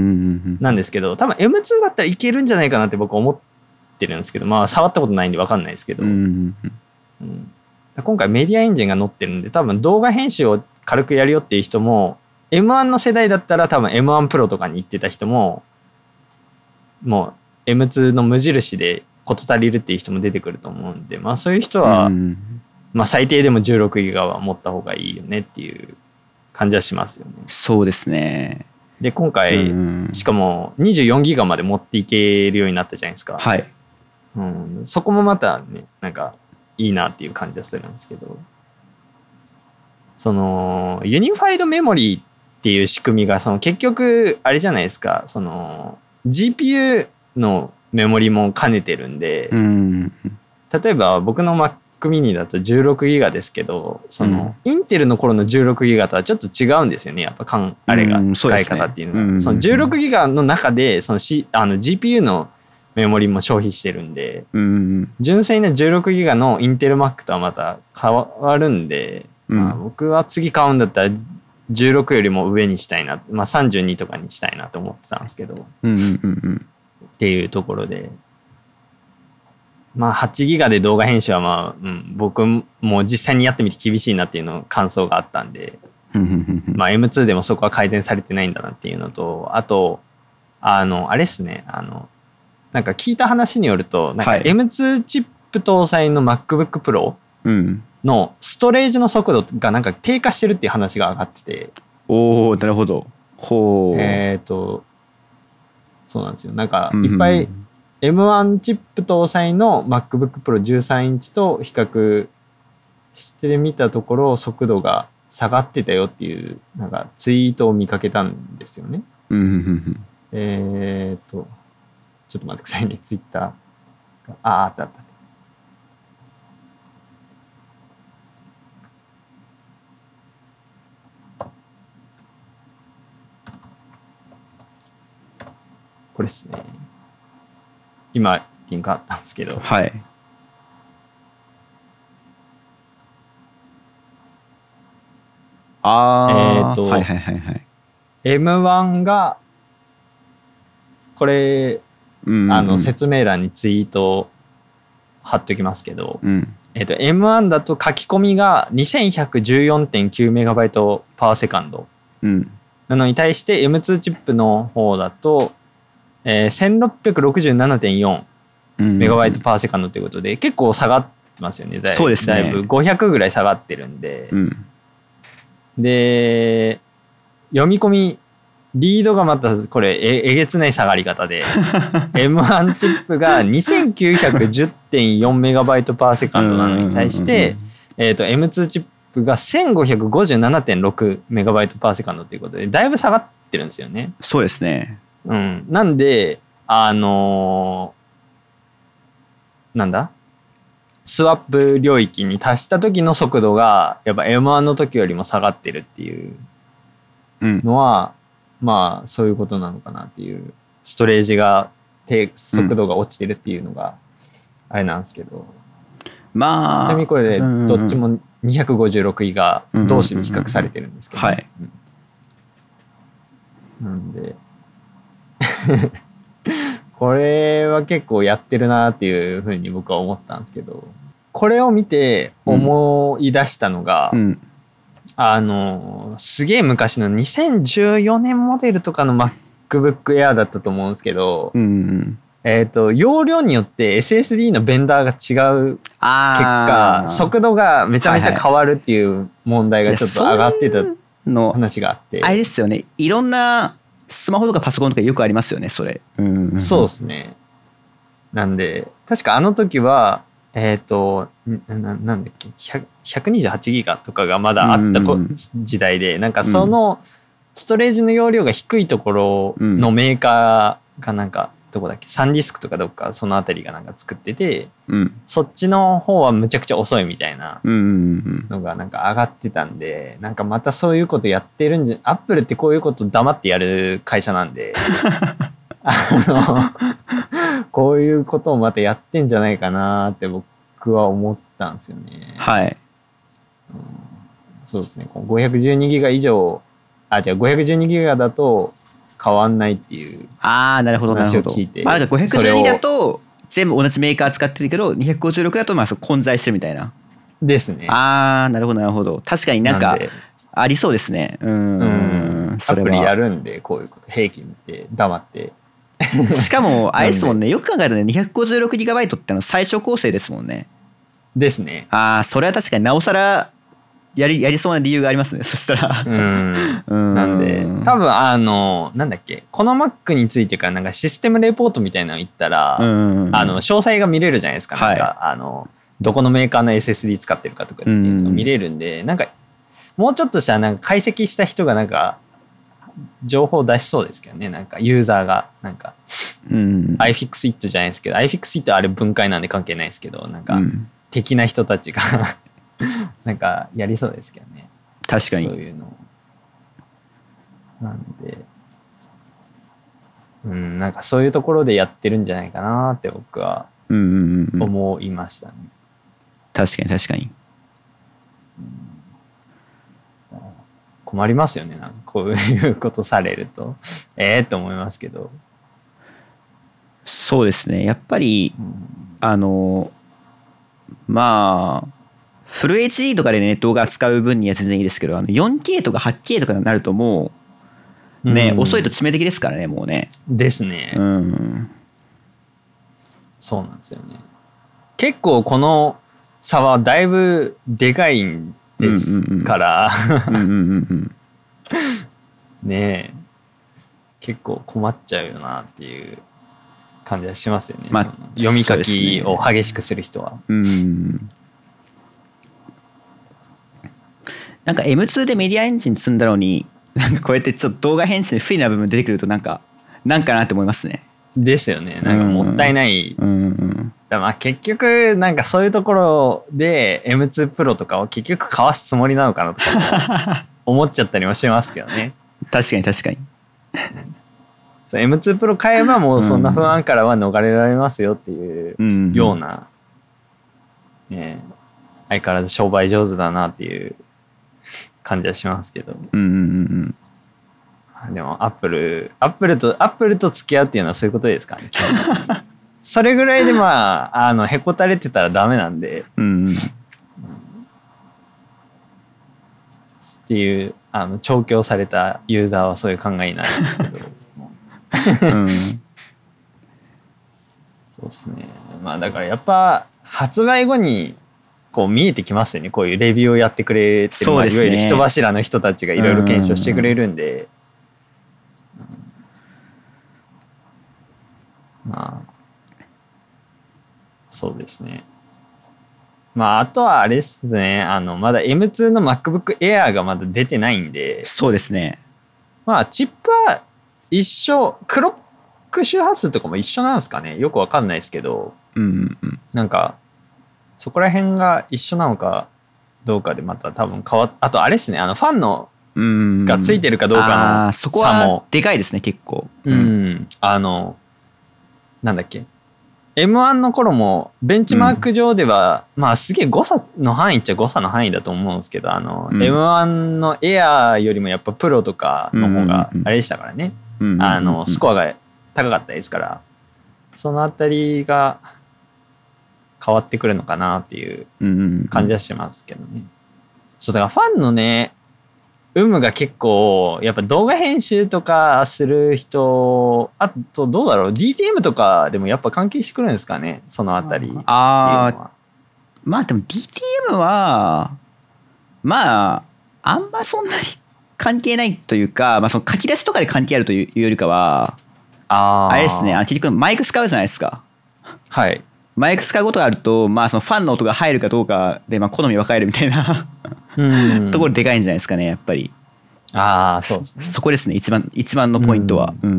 なんですけど多分 エムツー だったらいけるんじゃないかなって僕は思ってるんですけど、まあ触ったことないんで分かんないですけど、うんうんうん、今回メディアエンジンが載ってるんで多分動画編集を軽くやるよっていう人も エムワン の世代だったら多分 エムワン プロとかに行ってた人ももうエムツー の無印で事足りるっていう人も出てくると思うんで、まあそういう人は、うんまあ、最低でもじゅうろくギガは持った方がいいよねっていう感じはしますよね。 そうですね。 で今回、うん、しかもにじゅうよんギガまで持っていけるようになったじゃないですか。 はい。 うん、そこもまたねなんかいいなっていう感じはするんですけど、そのユニファイドメモリーっていう仕組みがその結局あれじゃないですか、その ジーピーユー のメモリも兼ねてるんで、うん、例えば僕の Mac mini だとじゅうろくギガですけど、その、うん、インテルの頃のじゅうろくギガとはちょっと違うんですよね、やっぱかんあれが使い方っていうのが、うん そ, ねうん、そのじゅうろくギガの中でその、C、あの ジーピーユー のメモリも消費してるんで、うん、純粋なじゅうろくギガのインテル Mac とはまた変わるんで、うんまあ、僕は次買うんだったらじゅうろくよりも上にしたいな、まあ、さんじゅうにとかにしたいなと思ってたんですけど、うんうんうんうんっていうところで、まあはちギガで動画編集はまあ、うん、僕も実際にやってみて厳しいなっていうの感想があったんでまあ エムツー でもそこは改善されてないんだなっていうのと、あとあのあれっすね、あのなんか聞いた話によるとなんか エムツー チップ搭載の MacBook Pro のストレージの速度がなんか低下してるっていう話が上がってて、 おおなるほど、ほうえっとそうなんですよ、なんかいっぱい エムワン チップ搭載の MacBook Pro じゅうさんインチと比較してみたところ速度が下がってたよっていうなんかツイートを見かけたんですよね。えっとちょっと待ってくださいね、ツイッターああったあった。 これですね。今リンクあったんですけど、 はい。ああ、 えっと、 はいはいはいはい。 エムワン がこれ、 うんうんうん、 あの説明欄にツイート貼っときますけど、 うん、 えっと エムワン だと書き込みが にせんひゃくじゅうよんてんきゅうメガバイトパーセカンドなのに対して エムツー チップの方だと、えー、せんろっぴゃくろくじゅうななてんよんメガバイトパーセカンドということで、結構下がってますよね。だいぶ、 そうですね。 だいぶごひゃくぐらい下がってるんで、 うん、 で読み込みリードがまたこれ え, えげつない下がり方でエムワン チップが にせんきゅうひゃくじゅってんよんメガバイトパーセカンドなのに対して、えー、と エムツー チップが せんごひゃくごじゅうななてんろくメガバイトパーセカンドということでだいぶ下がってるんですよね。 そうですね。 うん、なんであのー、なんだスワップ領域に達した時の速度がやっぱ エムワン の時よりも下がってるっていうのは、うん、まあそういうことなのかなっていう、ストレージが低速度が落ちてるっていうのがあれなんですけど、うん、 まあちなみにこれでどっちもにひゃくごじゅうろくギガ同士で比較されてるんですけど、 はい、 なんでこれは結構やってるなっていうふうに僕は思ったんですけど、これを見て思い出したのが、うんうん、あのすげえ昔のにせんじゅうよねんモデルとかの MacBook Air だったと思うんですけど、うんうん、えーと、容量によって エスエスディー のベンダーが違う結果速度がめちゃめちゃ変わるっていう問題がちょっと上がってた話があって、 あれですよね、いろんなスマホとかパソコンとかよくありますよねそれ、うんうん、 そうですね。なんで確かあの時はえっ、ー、と な, なんだっけひゃくにじゅうはちギガとかがまだあった時代で、なんかそのストレージの容量が低いところのメーカーがなんかどこだっけ、サンディスクとかどっかそのあたりがなんか作ってて、うん、そっちの方はむちゃくちゃ遅いみたいなのがなんか上がってたんで、なんかまたそういうことやってるんじゃ、アップルってこういうこと黙ってやる会社なんであのこういうことをまたやってんじゃないかなって僕は思ったんですよね。 はい、 うん、そうですね。ごひゃくじゅうにギガ以上、あ、じゃあごひゃくじゅうにギガだと変わんないっていう話を聞いて、 まあ、なんかごひゃくじゅうにだと全部同じメーカー使ってるけどにひゃくごじゅうろくだとまあ混在してるみたいなですね。 ああ、なるほどなるほど。確かになんかありそうですね。うん、うん、 それはアプリやるんでこういうこと平均って黙ってしかもあれですもんね、よく考えるとね にひゃくごじゅうろくギガバイト ってのは最小構成ですもんね。 ですね。 ああ、それは確かになおさらやりやりそうな理由がありますね。そしたらうんうんなんで多分あのなんだっけ、この Mac についてからなんかシステムレポートみたいなの言ったら、うんあの詳細が見れるじゃないですか。なんか、はい、あのどこのメーカーの エスエスディー 使ってるかとかっていうのが見れるんで、うんなんかもうちょっとしたなんか解析した人がなんか情報を出しそうですけどね。なんかユーザーがなんか、うん、iFixit じゃないですけど iFixit あれ分解なんで関係ないですけど、なんか、うん、的な人たちがなんかやりそうですけどね。 確かにそういうのなんで、うん、なんかそういうところでやってるんじゃないかなって僕は思いましたね。うんうんうん、 確かに確かに、 うん、困りますよね。なんかこういうことされるとええー、と思いますけど。 そうですね、やっぱり、うん、あのまあフル エイチディー とかでね動画使う分には全然いいですけど、あの よんケー とか はちケー とかになるともうね、うん、遅いと致命的ですからね、もうね。 ですね。 うん。 そうなんですよね。結構この差はだいぶでかいんですから。ねえ、結構困っちゃうよなっていう感じはしますよね。まあ、読み書きを激しくする人は。 う、ね、うんなんか エムツー でメディアエンジン積んだのになんかこうやってちょっと動画編集に不利な部分出てくるとなんかなんかなって思いますね。 ですよね。なんかもったいない、うんうん、だまあ結局なんかそういうところで エムツー プロとかを結局かわすつもりなのかなとか思っちゃったりもしますけどね。 確かに確かにエムツー Pro 買えばもうそんな不安からは逃れられますよっていうような、ね、相変わらず商売上手だなっていう感じはしますけど、 うんうんうんうん、でもアップルアップルとアップルと付き合うっていうのはそういうことですかねそれぐらいでまああのへこたれてたらダメなんで、 うんうん、 っていうあの調教されたユーザーはそういう考えになるんですけどうん、そうですね。まあだからやっぱ発売後にこう見えてきますよね。こういうレビューをやってくれてる、まあ、いわゆる人柱の人たちがいろいろ検証してくれるんで、うん、まあそうですね。まああとはあれですね。あのまだ エムツー の MacBook Air がまだ出てないんで、 そうですね。 まあチップは一緒、クロック周波数とかも一緒なんですかね。よくわかんないですけど、 うんうんうん、 なんかそこら辺が一緒なのかどうかでまた多分変わっ、あとあれですね、あのファンのがついてるかどうかの差も、 あそこはでかいですね結構。 うん、うん、あのなんだっけ エムワン の頃もベンチマーク上では、うん、まあすげえ誤差の範囲っちゃ誤差の範囲だと思うんですけど、あの、うん、エムワン のエアーよりもやっぱプロとかの方があれでしたからね、うんうんうん、あのスコアが高かったですから、そのあたりが変わってくるのかなっていう感じはしますけどね、うんうんうん、そうだからファンのね有無が結構やっぱ動画編集とかする人、あとどうだろう ディーティーエム とかでもやっぱ関係してくるんですかね、そのあたりっていうのは。 あまあでも ディーティーエム はまああんまそんなに関係ないというか、まあ、その書き出しとかで関係あるというよりかはああれですね、結局マイク使うじゃないですか。 はい。 マイク使うことがあると、まあ、そのファンの音が入るかどうかで、まあ、好み分かれるみたいなうんところでかいんじゃないですかねやっぱり。 ああそうですね。 そこですね一番一番のポイントは。うん、うん、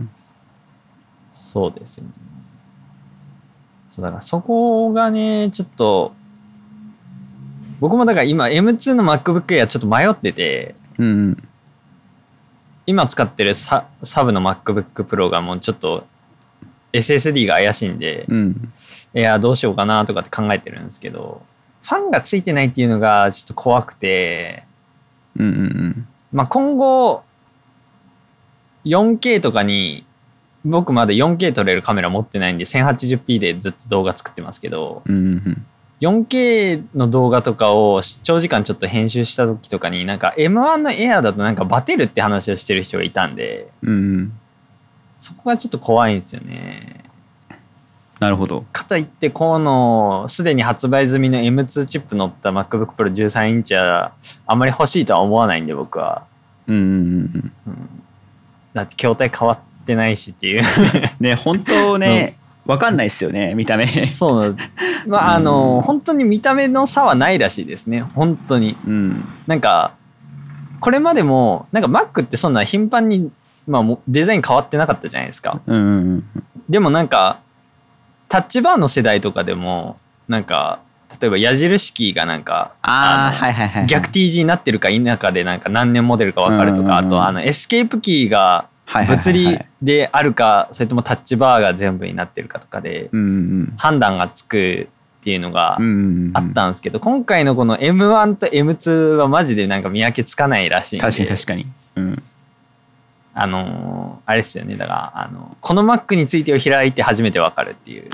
そうですよね。そうだからそこがねちょっと僕もだから今 エムツー の MacBook Air ちょっと迷ってて、うんうん、今使ってる サ, サブの MacBook Pro がもうちょっと エスエスディー が怪しいんで、うん、いやどうしようかなとかって考えてるんですけど、ファンがついてないっていうのがちょっと怖くて、うんうんうん、まあ今後 よんケー とかに僕まだ よんケー 撮れるカメラ持ってないんで せんはちじゅうピー でずっと動画作ってますけど、うんうん、よんケー の動画とかを長時間ちょっと編集した時とかになんか エムワン のエアだとなんかバテるって話をしてる人がいたんで、うんうん、そこがちょっと怖いんですよね。 なるほど。 かといってこのすでに発売済みの エムツー チップ乗った MacBook Pro じゅうさんインチはあんまり欲しいとは思わないんで僕は、うんうんうんうん、だって筐体変わってないしっていうね本当ね、うん、分かんないですよね見た目そうまああの、うん、本当に見た目の差はないらしいですね本当に、うん、なんかこれまでもなんか Mac ってそんな頻繁に、まあ、デザイン変わってなかったじゃないですか、うんうんうん、でもなんかタッチバーの世代とかでもなんか例えば矢印キーがなんかあの、はいはいはいはい、逆 T 字になってるか否かでなんか何年モデルか分かるとか、うんうんうん、あとあのエスケープキーが物理であるかそれともタッチバーが全部になってるかとかで判断がつくっていうのがあったんですけど、今回のこの エムワン と エムツー はマジでなんか見分けつかないらしいんで。 確かに確かに、うん、 あのー、あれですよね、だからあのこの Mac についてを開いて初めて分かるっていう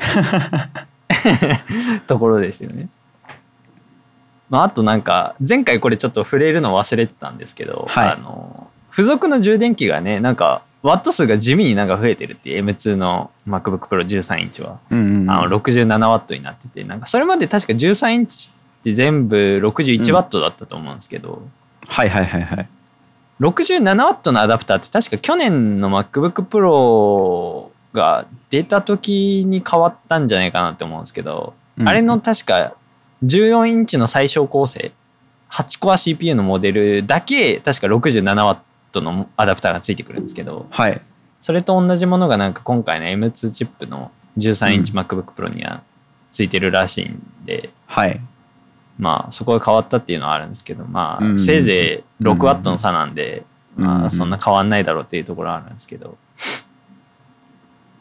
ところですよね。まあ、あとなんか前回これちょっと触れるの忘れてたんですけど、はい、あの付属の充電器がねなんかワット数が地味になんか増えてるっていう エムツー の MacBook Pro じゅうさんインチは、うんうんうん、あのろくじゅうななワットになってて、なんかそれまで確かじゅうさんインチって全部ろくじゅういちワットだったと思うんですけど、うん、 はいはいはいはい、 ろくじゅうななワットのアダプターって確か去年の MacBook Pro が出た時に変わったんじゃないかなって思うんですけど、うん、あれの確かじゅうよんインチの最小構成はちコア シーピーユー のモデルだけ確かろくじゅうななワットのアダプターがついてくるんですけど、はい、それと同じものがなんか今回の エムツー チップのじゅうさんインチ MacBook Pro にはついてるらしいんで、はい、まあそこが変わったっていうのはあるんですけど、まあせいぜいろくワットの差なんで、まあそんな変わんないだろうっていうところはあるんですけど、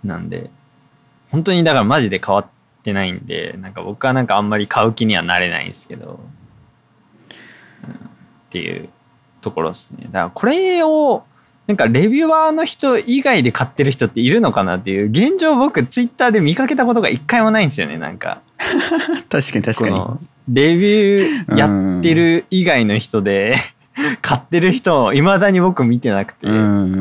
なんで本当にだからマジで変わってないんで、なんか僕はなんかあんまり買う気にはなれないんですけど、うん、っていうところですね。だからこれをなんかレビュアーの人以外で買ってる人っているのかなっていう、現状僕ツイッターで見かけたことが一回もないんですよね。なんか確かに確かにレビューやってる以外の人で買ってる人をいまだに僕見てなくて、 うんうんうん、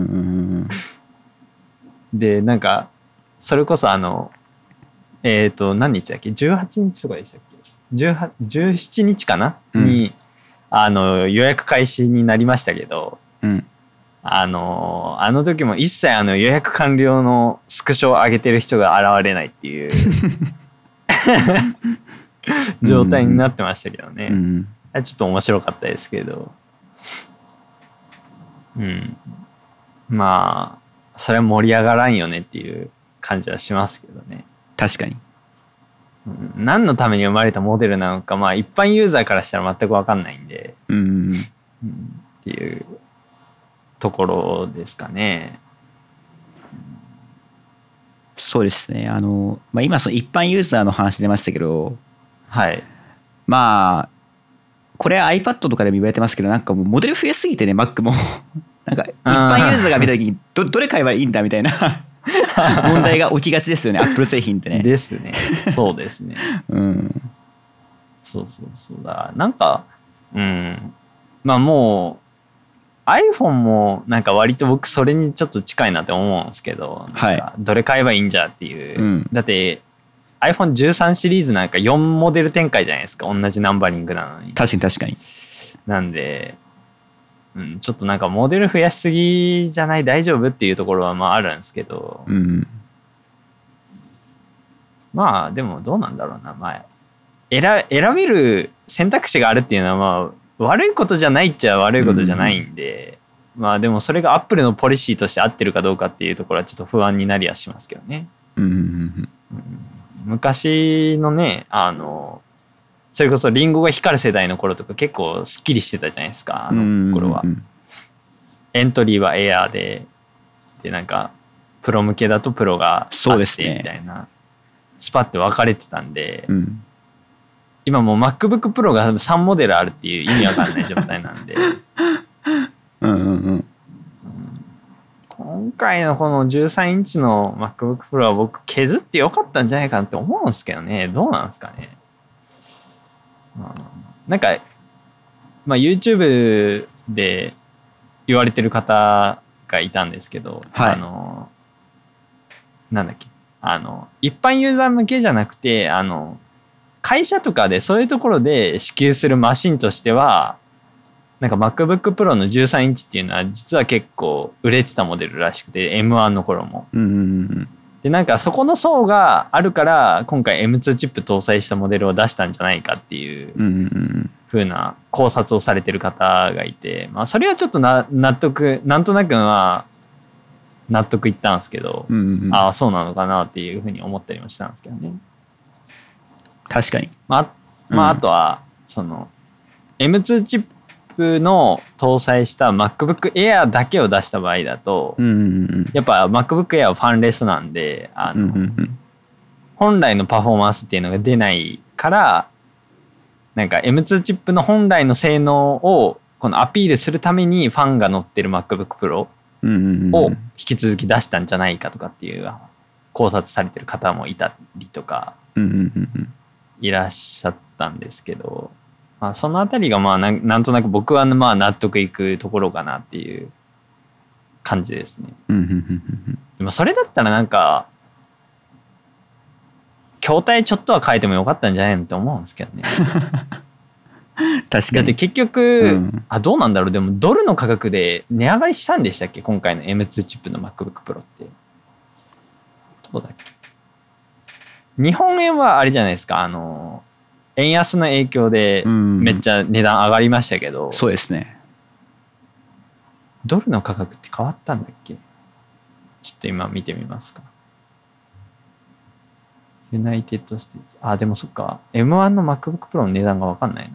でなんかそれこそあのえっと何日だっけじゅうはちにちとかでしたっけじゅうはち、じゅうしちにちかな、うん、にあの予約開始になりましたけど、うん、あのあの時も一切あの予約完了のスクショを上げてる人が現れないっていう状態になってましたけどね、うんうん、ちょっと面白かったですけど、うん、まあそれは盛り上がらんよねっていう感じはしますけどね。 確かに、 うん、何のために生まれたモデルなのか、まあ一般ユーザーからしたら全く分かんないんで、うんうんうん、っていうところですかね。 そうですね。あの、まあ、今その一般ユーザーの話出ましたけど、 はい。 まあこれは iPad とかでも言われてますけど、なんかもうモデル増えすぎてね、Mac もなんか一般ユーザーが見た時に ど, どれ買えばいいんだみたいな問題が起きがちですよね、Apple 製品ってね。 ですね。そうですね。うん。そうそうそうだ。なんか、うん。まあもう iPhone もなんか割と僕それにちょっと近いなって思うんですけど、なんかどれ買えばいいんじゃっていう。うん、だって アイフォンじゅうさん シリーズなんかよんモデル展開じゃないですか、同じナンバリングなのに。 確かに確かに。 なんで、うん、ちょっとなんかモデル増やしすぎじゃない、大丈夫っていうところはまああるんですけど、うん、まあでもどうなんだろうな、まあ選、選べる選択肢があるっていうのはまあ悪いことじゃないっちゃ悪いことじゃないんで、うん、まあでもそれがアップルのポリシーとして合ってるかどうかっていうところはちょっと不安になりはしますけどね。うんうんうんうん、昔のね、あのそれこそリンゴが光る世代の頃とか結構スッキリしてたじゃないですか、あの頃は。うんうんうん、エントリーはエアーで、でなんかプロ向けだとプロがあってみたいな、スパッて分かれてたんで、うん、今もう MacBook Pro がさんモデルあるっていう意味わかんない状態なんでうんうん、うん、今回のこのじゅうさんインチの MacBook Pro は僕削ってよかったんじゃないかなって思うんですけどね。どうなんですかね。なんか、まあ、YouTube で言われてる方がいたんですけど、はい、あのなんだっけ、あの一般ユーザー向けじゃなくて、あの会社とかでそういうところで支給するマシンとしてはなんか MacBook Pro のじゅうさんインチっていうのは実は結構売れてたモデルらしくて、 エムワン の頃も、うんうんうん、でなんかそこの層があるから今回 エムツー チップ搭載したモデルを出したんじゃないかっていう風な考察をされてる方がいて、まあそれはちょっとな納得、なんとなくは納得いったんですけど、うんうん、ああそうなのかなっていう風に思ったりもしたんですけどね。 確かに。 まあ、まあ、あとはその エムツー チップの搭載した MacBook Air だけを出した場合だと、うんうんうん、やっぱ MacBook Air はファンレスなんで、あの、うんうんうん、本来のパフォーマンスっていうのが出ないから、なんか エムツー チップの本来の性能をこのアピールするためにファンが乗ってる MacBook Pro を引き続き出したんじゃないかとかっていう考察されてる方もいたりとかいらっしゃったんですけど、まあ、そのあたりがまあ な, なんとなく僕はまあ納得いくところかなっていう感じですね。でもそれだったらなんか筐体ちょっとは変えてもよかったんじゃないのって思うんですけどね。 確かに。 だって結局、うん、あどうなんだろう、でもドルの価格で値上がりしたんでしたっけ今回の エムツー チップの MacBook Pro って。どうだっけ。日本円はあれじゃないですか、あの円安の影響でめっちゃ値段上がりましたけど、うん、 そうですね。 ドルの価格って変わったんだっけ。ちょっと今見てみますか。ユナイテッドステーツ、あでもそっか エムワン の MacBook Pro の値段が分かんないな。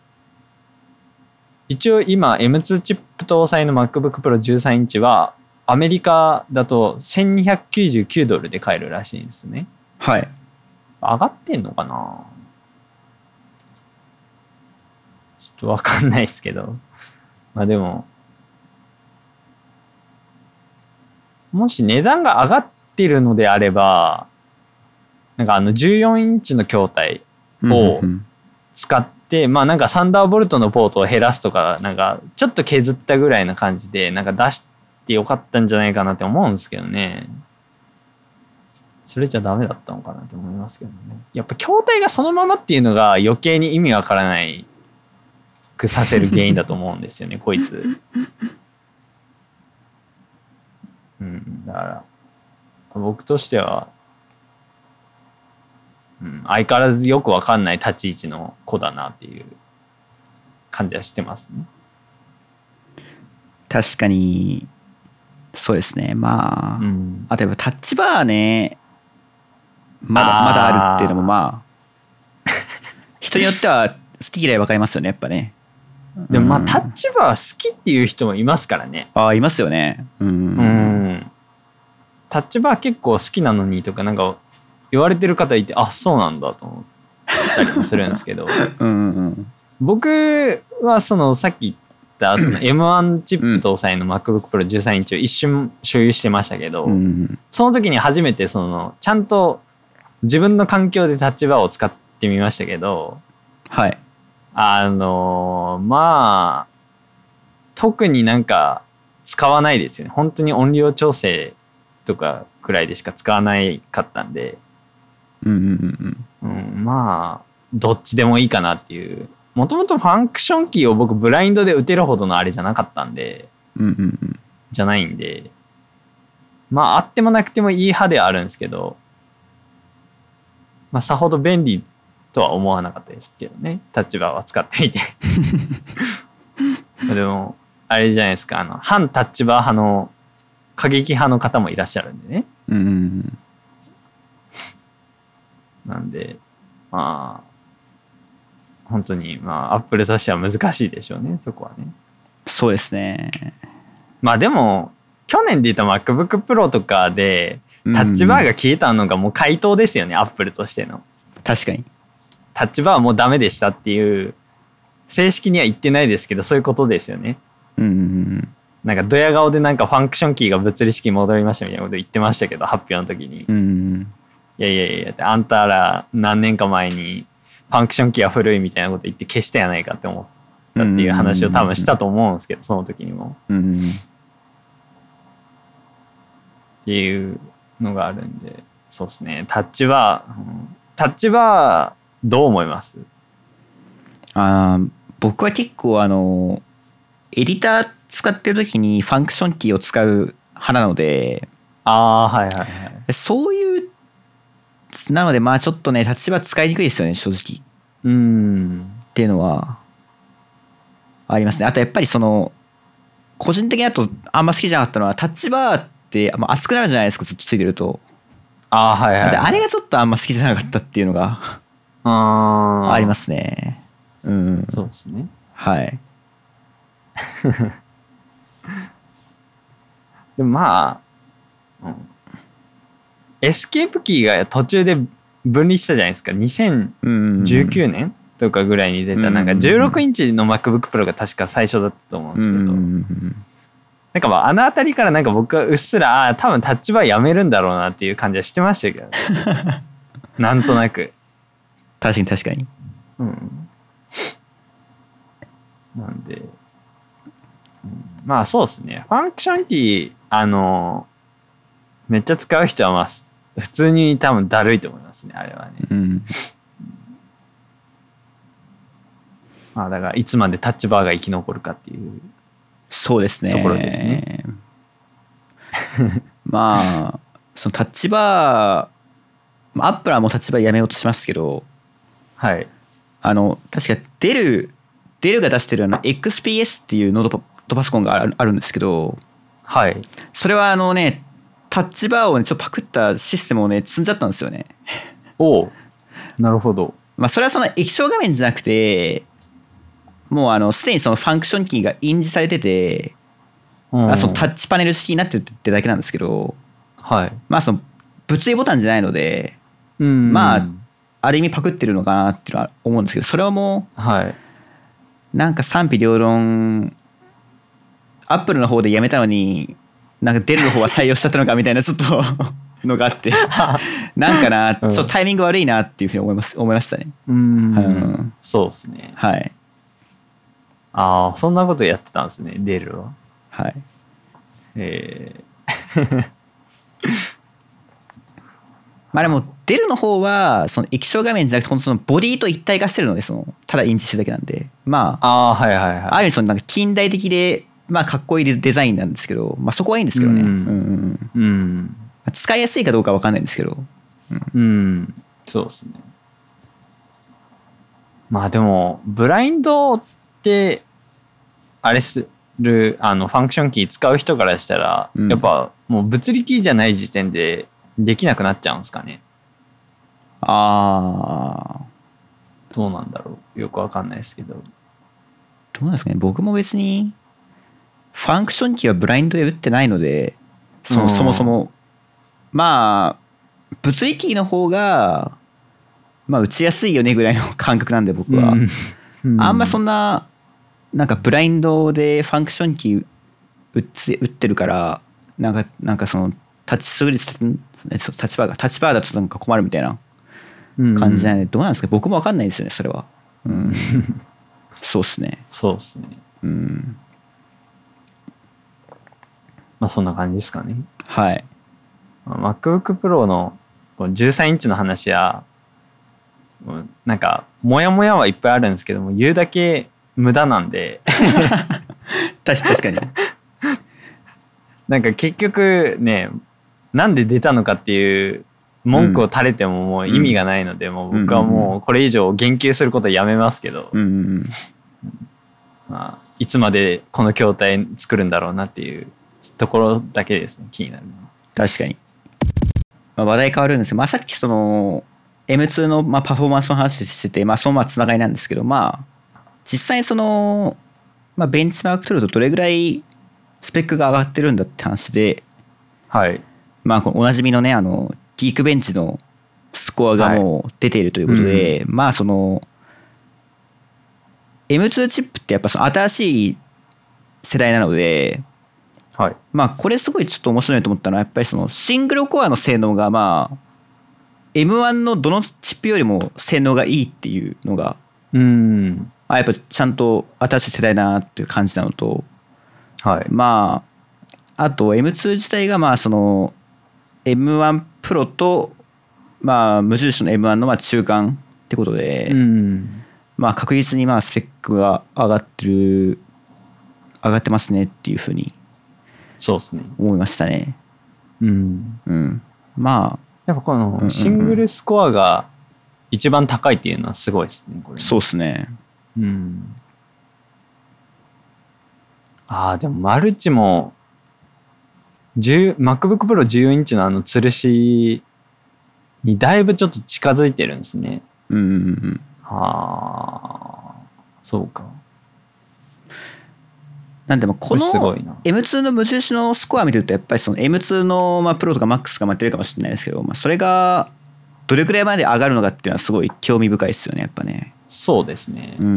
一応今 エムツー チップ搭載の MacBook Pro じゅうさんインチはアメリカだとせんにひゃくきゅうじゅうきゅうドルで買えるらしいんですね。 はい。 上がってんのかな、ちょっと分かんないですけど、まあでももし値段が上がってるのであれば、なんかあのじゅうよんインチの筐体を使って、まあなんかサンダーボルトのポートを減らすとか、なんかちょっと削ったぐらいな感じでなんか出してよかったんじゃないかなって思うんですけどね。それじゃダメだったのかなって思いますけどね。やっぱ筐体がそのままっていうのが余計に意味わからないくさせる原因だと思うんですよねこいつ。うん、だから僕としては、うん、相変わらずよくわかんない立ち位置の子だなっていう感じはしてますね。 確かにそうですね。まあ、うん、あとやっぱタッチバーね、まだまだあるっていうのもまあ人によっては好き嫌い分かりますよね、やっぱね。 でもまあ、うん、タッチバー好きっていう人もいますからね。 ああ、いますよね。うん、うん、 タッチバー結構好きなのにとかなんか言われてる方いて、あ、そうなんだと思ったりもするんですけどうんうん、うん、僕はそのさっき言ったその エムワン チップ搭載の MacBook Pro じゅうさんインチを一瞬所有してましたけど、うんうん、その時に初めてそのちゃんと自分の環境でタッチバーを使ってみましたけど、 はい、 あのー、まあ特になんか使わないですよね。本当に音量調整とかくらいでしか使わないかったんで、 うんうんうん、 うん、まあどっちでもいいかなっていう。もともとファンクションキーを僕ブラインドで打てるほどのあれじゃなかったんで、 うんうんうん、 じゃないんで、まああってもなくてもいい派ではあるんですけど、まあさほど便利とは思わなかったですけどね、タッチバーは使ってみてでもあれじゃないですか、あの反タッチバー派の過激派の方もいらっしゃるんでね、 うんうんうん、 なんでまあ本当にまあアップルとしては難しいでしょうね、そこはね。 そうですね。 まあでも去年で言った MacBook Pro とかでタッチバーが消えたのがもう回答ですよね、アップルとしての。 確かにタッチバーはもうダメでしたっていう、正式には言ってないですけどそういうことですよね。 うんうんうん、 なんかドヤ顔でなんかファンクションキーが物理式に戻りましたみたいなこと言ってましたけど、発表の時に、 うんうん、 いやいやいやあんたら何年か前にファンクションキーは古いみたいなこと言って消したやないかって思ったっていう話を多分したと思うんですけど、その時にも、 うんうんうん、 っていうのがあるんで、そうですね、タッチバー、うん、タッチバーどう思います？ あ、僕は結構あのエディター使ってる時にファンクションキーを使う派なので、 あーはいはいはい、 そういうなのでまあちょっとねタッチバー使いにくいですよね、正直。 うーんっていうのはありますね。あとやっぱりその個人的にだとあんま好きじゃなかったのは、タッチバーって熱くなるじゃないですか、ずっとついてると。 あーはいはい、はい、 あれがちょっとあんま好きじゃなかったっていうのがあありますね。うん、 そうですね、 はいでもまあ、うん、エスケープキーが途中で分離したじゃないですか、にせんじゅうきゅうねんとかぐらいに出た、なんかじゅうろくインチの MacBook Pro が確か最初だったと思うんですけど、なんかまああの辺りからなんか僕はうっすらあ多分タッチバーやめるんだろうなっていう感じはしてましたけど、ね、なんとなく。 確かに確かに、 うん、なんで、うん、まあそうですね、ファンクションキーあのめっちゃ使う人はまあ普通に多分だるいと思いますね、あれはね、 うん、 まあだからいつまでタッチバーが生き残るかっていうそうですねところですねまあそのタッチバー、アップルはもうタッチバーやめようとしますけど、 はい、 あの確かデルデルが出してるあの エックスピーエス っていうノートパソコンがあるあるんですけど、 はい、 それはあのねタッチバーを、ね、ちょっとパクったシステムをね積んじゃったんですよね。 おう、なるほど。 まあそれはその液晶画面じゃなくて、もうあのすでにそのファンクションキーが印字されてて、 まあ、そのタッチパネル式になってるってだけなんですけど、 はい、 まあその物理ボタンじゃないので、 うん、 まあある意味パクってるのかなっていうのは思うんですけど、それはもう、はい、 なんか賛否両論、アップルの方でやめたのになんかデルの方は採用しちゃったのかみたいなちょっとのがあってなんかな、うん、ちょっとタイミング悪いなっていうふうに思います思いましたね。 うん、うん、そうですね。 はい。 ああ、そんなことやってたんですね、デルは。 はい。 えーまあでもデルの方はその液晶画面じゃなくて本当そのボディと一体化してるので、そのただインチしてるだけなんで、まあああ、はいはいはい、 ある意味そのなんか近代的でまあかっこいいデザインなんですけど、まあそこはいいんですけどね。うん、うんうん、使いやすいかどうかわかんないんですけど、 うん、うん、そうですね。まあでもブラインドってあれするあのファンクションキー使う人からしたら、うん、やっぱもう物理キーじゃない時点でできなくなっちゃうんですかね。 ああ、 どうなんだろう、よくわかんないですけど。 どうなんですかね。僕も別にファンクションキーはブラインドで打ってないので、その、うん、そもそもまあ物理キーの方がまあ打ちやすいよねぐらいの感覚なんで僕は、うんうん、あんまそんななんかブラインドでファンクションキー打って打ってるからなんかなんかそのタッチするタッチバーがタッチバーだとなんか困るみたいな感じじゃない、うん、どうなんですか。僕も分かんないですよねそれは。うん、そうっすね。 そうっすね。うん。まあそんな感じですかね。 はい。 MacBook Pro のじゅうさんインチの話やなんかモヤモヤはいっぱいあるんですけども、言うだけ無駄なんで確かになんか結局ね、なんで出たのかっていう文句を垂れてももう意味がないので、うん、もう僕はもうこれ以上言及することはやめますけど、うんうんうんまあ、いつまでこの筐体作るんだろうなっていうところだけですね、気になるのは。 確かに、まあ、話題変わるんですけど、まあ、さっきその エムツー のまあパフォーマンスの話してて、まあ、そのままつながりなんですけど、まあ実際その、まあ、ベンチマーク取るとどれぐらいスペックが上がってるんだって話で、 はい、 まあおなじみのね、あのギークベンチのスコアがもう出ているということで、はいうん、まあその エムツー チップってやっぱその新しい世代なので、はい、まあこれすごいちょっと面白いと思ったのはやっぱりそのシングルコアの性能がまあ エムワン のどのチップよりも性能がいいっていうのが、うん、あやっぱちゃんと新しい世代だなっていう感じなのと、はい、まああと エムツー 自体がまあその エムワン プロとまあ無印の エムワン のまあ中間ってことで、うん、まあ確実にまあスペックが上がってる上がってますねっていうふうにそうですね思いましたね。うん、うん、まあやっぱこのシングルスコアが一番高いっていうのはすごいですね、これね。 そうですね。 うん。ああでもマルチも MacBook Pro じゅうよんインチのあの吊るしにだいぶちょっと近づいてるんですね。うんうんうん。ああそうか。 なんでもこの エムツー の無印のスコア見てるとやっぱりその エムツー のまあプロとか MAX が待ってるかもしれないですけど、まあそれがどれくらいまで上がるのかっていうのはすごい興味深いですよねやっぱね。 そうですね。うん。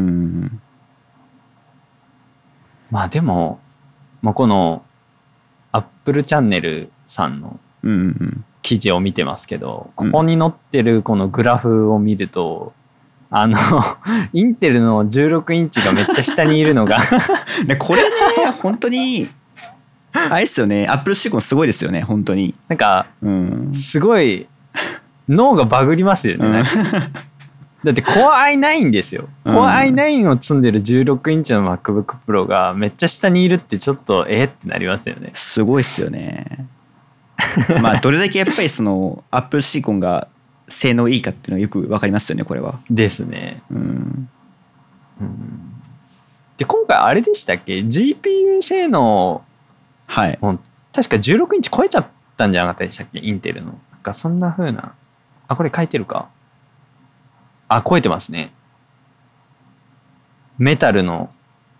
まあでも、まあ、この Apple チャンネルさんの記事を見てますけど、ここに載ってるこのグラフを見ると。あのインテルのじゅうろくインチがめっちゃ下にいるのがこれね本当にあれですよね、アップルシリコンすごいですよね本当に。 なんか、うん、すごい脳がバグりますよね、うん、だって Core アイナイン ですよ、うん、Core アイナイン を積んでるじゅうろくインチの MacBook Pro がめっちゃ下にいるってちょっとえーってなりますよね。 すごいっすよねまあどれだけやっぱりそのアップルシリコンが性能いいかっていうのはよく分かりますよねこれは。 ですね、うんうん、で今回あれでしたっけ ジーピーユー 性能、はい、確かじゅうろくインチ超えちゃったんじゃなかったでしたっけインテルの。なんかそんな風なあこれ書いてるかあ超えてますね。メタルの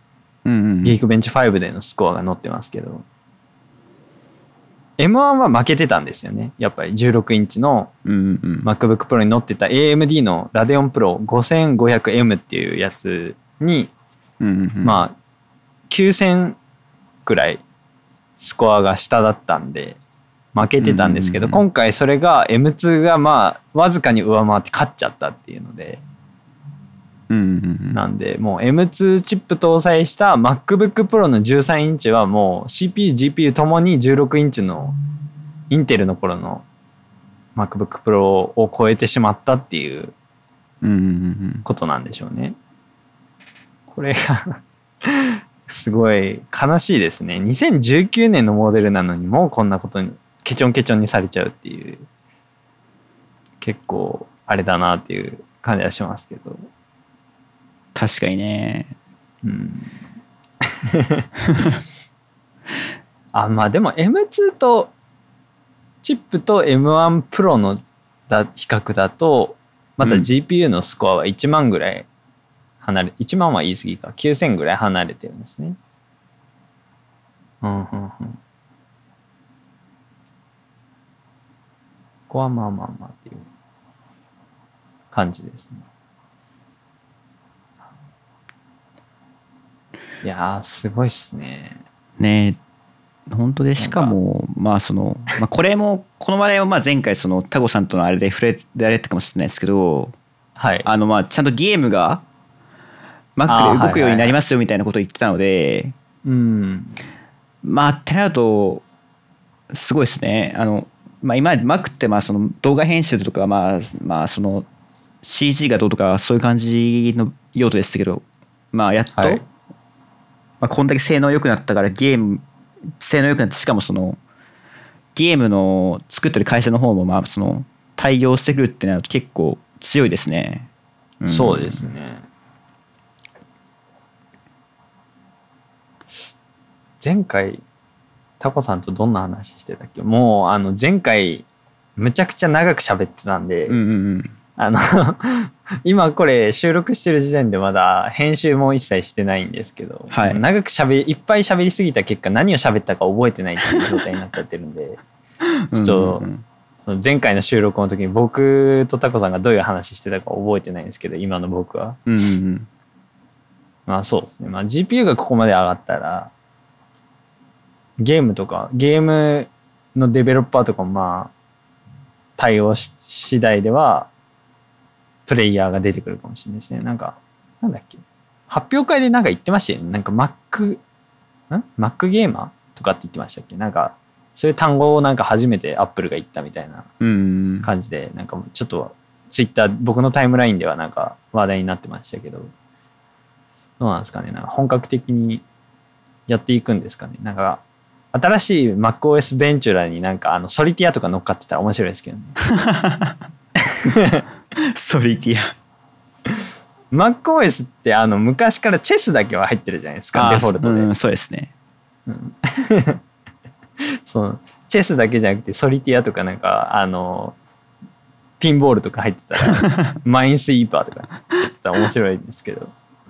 うんうん、 ギークベンチファイブでのスコアが載ってますけど、 エムワン は負けてたんですよね。やっぱりじゅうろくインチの MacBook Pro に載ってた エーエムディー の Radeon Pro ごせんごひゃくエム っていうやつに、 うんうんうん、 まあきゅうせんくらいスコアが下だったんで負けてたんですけど、うんうんうん、今回それが エムツー がまあわずかに上回って勝っちゃったっていうので、 うんうんうん、 なんでもう エムツー チップ搭載した MacBook Pro のじゅうさんインチはもう シーピーユー、ジーピーユー ともにじゅうろくインチのインテルの頃の MacBook Pro を超えてしまったっていうことなんでしょうね。これがすごい悲しいですね。にせんじゅうきゅうねんのモデルなのにもうこんなことにケチョンケチョンにされちゃうっていう、結構あれだなっていう感じはしますけど。 確かにね。 うん。あ、まあでも エムツー とチップと エムワン Pro のだ比較だとまた ジーピーユー のスコアはいちまんぐらい離れ、いちまんは言い過ぎか、きゅうせんぐらい離れてるんですね。うんうんうん。ここはまあまあまあっていう感じですね。いやーすごいっすね。 ねえ、本当で、しかもまあその、まあ、これもこの前はまあ前回そのタコさんとのあれで触れられたかもしれないですけど、 はい、 あのまあちゃんとゲームが Mac で動くようになりますよみたいなことを言ってたので、 うん、 まあってなるとすごいですね。あの、まあ、今 Mac ってまあその動画編集とかまあまあその シージー がどうとかそういう感じの用途でしたけど、まあやっと、はい、まあ、こんだけ性能良くなったからゲーム性能良くなって、しかもそのゲームの作ってる会社の方もまあその対応してくるってなると結構強いですね。 うん、そうですね。前回タコさんとどんな話してたっけ。もうあの前回むちゃくちゃ長く喋ってたんで、 うんうんうん、 あの今これ収録してる時点でまだ編集も一切してないんですけど、はい、長くしゃべいっぱい喋りすぎた結果何を喋ったか覚えてないっていう状態になっちゃってるんでちょっとその前回の収録の時に僕とタコさんがどういう話してたか覚えてないんですけど、今の僕は、 うんうんうん、 まあそうですね、まあ、ジーピーユー がここまで上がったらゲームとかゲームのデベロッパーとかもまあ対応し次第ではプレイヤーが出てくるかもしれないですね。なんかなんだっけ、発表会でなんか言ってましたよね。なんか Mac ん Mac ゲーマーとかって言ってましたっけ。なんかそういう単語をなんか初めて Apple が言ったみたいな感じで、なんかちょっと Twitter 僕のタイムラインではなんか話題になってましたけど、どうなんですかね。なんか本格的にやっていくんですかね。なんか新しい MacOS ベンチュラになんかあのソリティアとか乗っかってたら面白いですけどね。 ソリティア。 MacOS ってあの昔からチェスだけは入ってるじゃないですか、デフォルトで。 うん、そうですね。 うん、そうチェスだけじゃなくてソリティアとかなんかあのピンボールとか入ってたらマインスイーパーとか入ってたら面白いんですけど。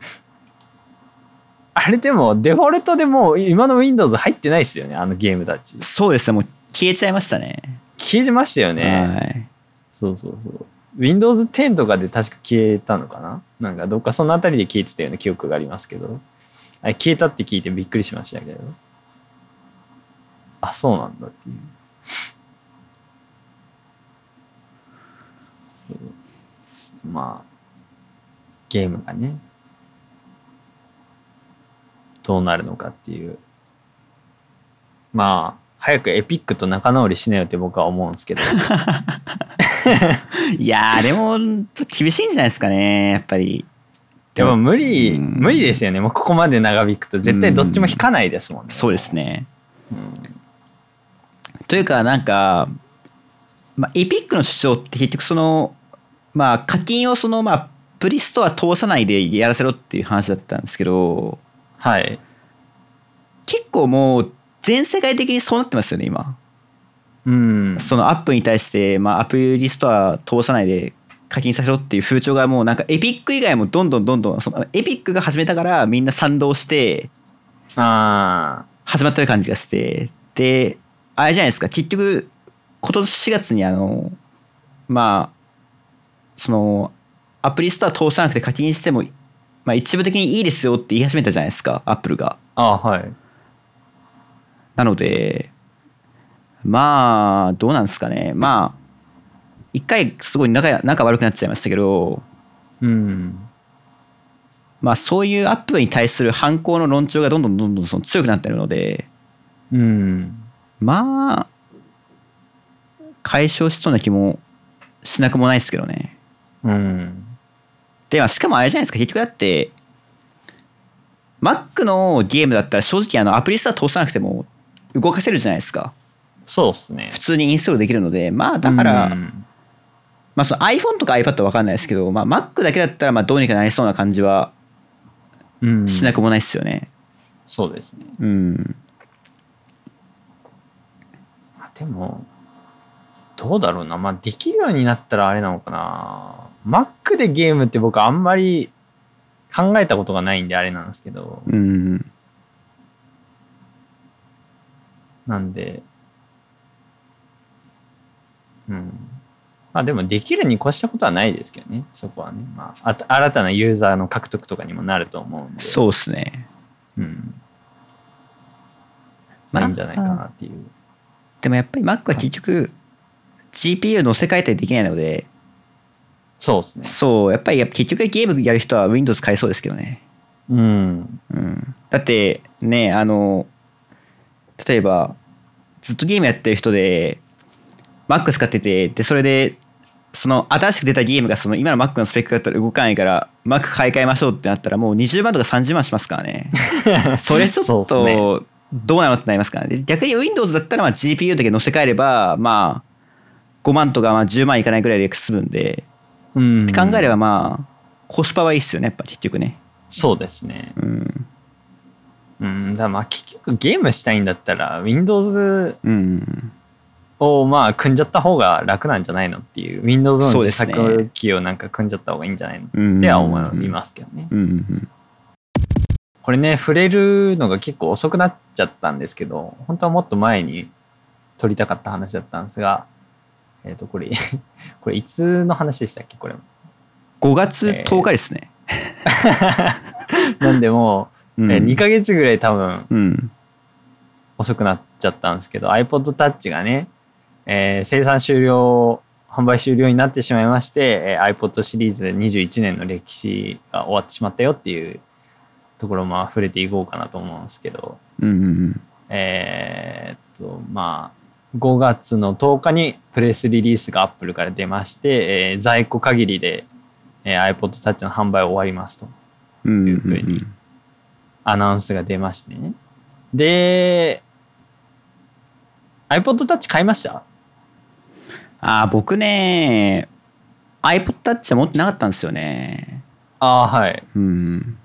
あれでもデフォルトでもう今の Windows 入ってないですよね、あのゲームたち。 そうですね、もう消えちゃいましたね。 消えましたよね。 はい、 そうそうそう。Windows テンとかで確か消えたのかな。なんかどっかそのあたりで消えてたような記憶がありますけど、あれ消えたって聞いてびっくりしましたけど、あ、そうなんだっていう。まあゲームがねどうなるのかっていう。まあ早くエピックと仲直りしなよって僕は思うんですけど。 いやーでもちょっと厳しいんじゃないですかね、やっぱり。 でも無理、うん、無理ですよね。もうここまで長引くと絶対どっちも引かないですもんね。 うん、そうですね。うん、というかなんか、まあ、エピックの主張って結局そのまあ課金をそのまあプリストア通さないでやらせろっていう話だったんですけど、 はい。 結構もう全世界的にそうなってますよね今。 うん、 そのアップに対して、まあ、アプリストア通さないで課金させろっていう風潮がもうなんかエピック以外もどんどんどんどんそのエピックが始めたからみんな賛同してあ始まってる感じがして、であれじゃないですか、結局今年しがつにあのまあそのアプリストア通さなくて課金しても、まあ、一部的にいいですよって言い始めたじゃないですか、アップルが。 ああはい。 なのでまあどうなんですかね。まあ一回すごい仲仲悪くなっちゃいましたけど、 うんまあそういうアップルに対する反抗の論調がどんどんどんどんその強くなってるので、 うんまあ解消しそうな気もしなくもないですけどね。 うんで、まあ、しかもあれじゃないですか、結局だって Mac のゲームだったら正直あのアプリストア通さなくても動かせるじゃないですか。 そうっすね。 普通にインストールできるので、まあだから、 うんまあ、その iPhone とか iPad は分かんないですけど、まあ、Mac だけだったらまあどうにかなりそうな感じはうんしなくもないですよね。 そうですね。 うんでもどうだろうな、まあできるようになったらあれなのかな。Mac でゲームって僕あんまり考えたことがないんであれなんですけど、 うんなんでうんまあでもできるに越したことはないですけどね、そこはね。まあ、あ新たなユーザーの獲得とかにもなると思うんで、 そうですね。 うんまあいいんじゃないかなっていう。 でもやっぱり Mac は結局 ジーピーユー 乗せ替えたりできないので、 そうですね。 そうやっぱり結局ゲームやる人は Windows 買いそうですけどね。 うんうん、だってね、あの例えばずっとゲームやってる人で Mac 使ってて、でそれでその新しく出たゲームがその今の Mac のスペックだったら動かないから Mac 買い替えましょうってなったらもうにじゅうまんとかさんじゅうまんしますからね。それちょっそうとどうなのってなりますからね。逆に Windows だったらまあ ジーピーユー だけ乗せ替えればまあごまんとかまあじゅうまんいかないぐらいで済むんで、 うんって考えればまあコスパはいいっすよね、やっぱ結局ね。 そうですね。 うんうんだからまあ結局ゲームしたいんだったら Windows うんをまあ組んじゃった方が楽なんじゃないのっていう、 Windows の自そうです作機をなんか組んじゃった方がいいんじゃないのうんっては思いますけどね。 うんうんこれね触れるのが結構遅くなっちゃったんですけど、本当はもっと前に撮りたかった話だったんですが、えっとこれこれいつの話でしたっけこれ。 ごがつとおかですね。 なんでもう、 うんえにかげつぐらい多分うん遅くなっちゃったんですけど、 iPod Touch がね、えー生産終了販売終了になってしまいまして、えー iPod シリーズにじゅういちねんの歴史が終わってしまったよっていうところをまあ触れていこうかなと思うんですけど、 うんうんえーっとまあごがつのとおかにプレスリリースが Apple から出まして、えー在庫限りで、えー iPod Touch の販売終わりますとうんいうふうにアナウンスが出ましてね。で iPod Touch 買いました？ ああ僕ね iPod Touch は持ってなかったんですよね。 ああはい。 うん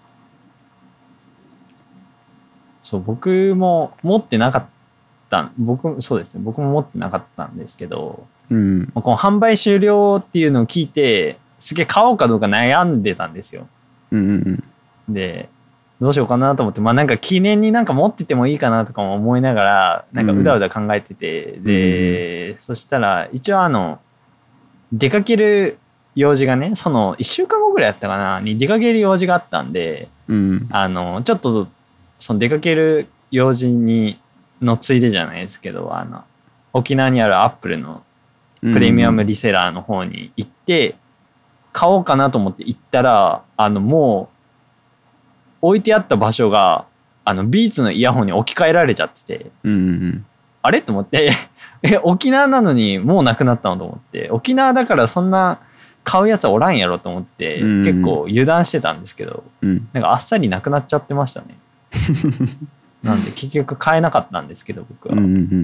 そう僕も持ってなかった僕そうですね僕も持ってなかったんですけど、 うんこの販売終了っていうのを聞いてすげえ買おうかどうか悩んでたんですよ。 うんうんでどうしようかなと思って、まあなんか記念になんか持っててもいいかなとかも思いながらなんかうだうだ考えてて、 んで、そしたら一応あの出かける用事がね、そのいっしゅうかんごぐらいやったかなに出かける用事があったんで、 うんあのちょっとその出かける用事にのついでじゃないですけど、あの沖縄にあるアップルのプレミアムリセラーの方に行って買おうかなと思って行ったら、あのもう置いてあった場所があのビーツのイヤホンに置き換えられちゃってて、 うんうんあれと思ってえ沖縄なのにもうなくなったのと思って、沖縄だからそんな買うやつはおらんやろと思って、 うんうん結構油断してたんですけど、 うんなんかあっさりなくなっちゃってましたね。なんで結局買えなかったんですけど僕は、 うんうん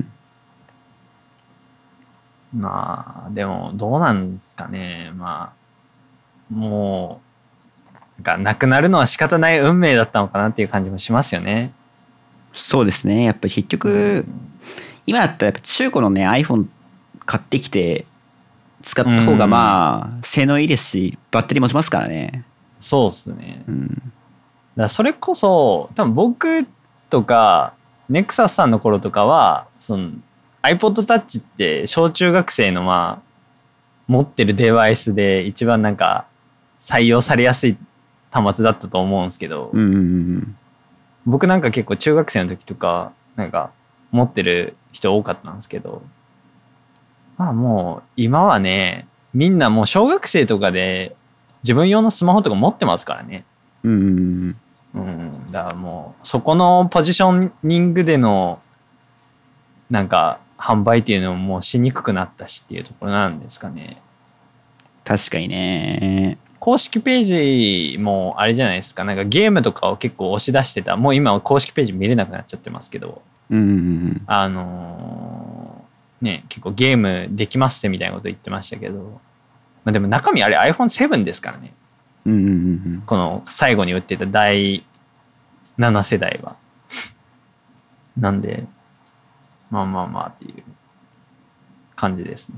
まあでもどうなんですかね。まあもうなんかなくなるのは仕方ない運命だったのかなっていう感じもしますよね。 そうですね。やっぱり結局、 うん今だったらやっぱ中古のね iPhone 買ってきて使った方がまあ性能いいですしバッテリー持ちますからね。 そうっすね。 うんだからそれこそ多分僕とか ネクサスさんの頃とかはその iPod Touch って小中学生のまあ持ってるデバイスで一番なんか採用されやすい端末だったと思うんですけど、 うんうんうん、 僕なんか結構中学生の時とかなんか持ってる人多かったんですけど、まあもう今はねみんなもう小学生とかで自分用のスマホとか持ってますからね。 うんうんうん、だからもうそこのポジショニングでのなんか販売っていうのももうしにくくなったしっていうところなんですかね。 確かにね。 公式ページもあれじゃないですか、なんかゲームとかを結構押し出してた、もう今は公式ページ見れなくなっちゃってますけど、 うんうんうん、 あのー、ね結構ゲームできますってみたいなこと言ってましたけど、まあ、でも中身あれ アイフォンセブン ですからね、 うんうんうん、 この最後に売ってただいなな世代はなんでまあまあまあっていう感じですね。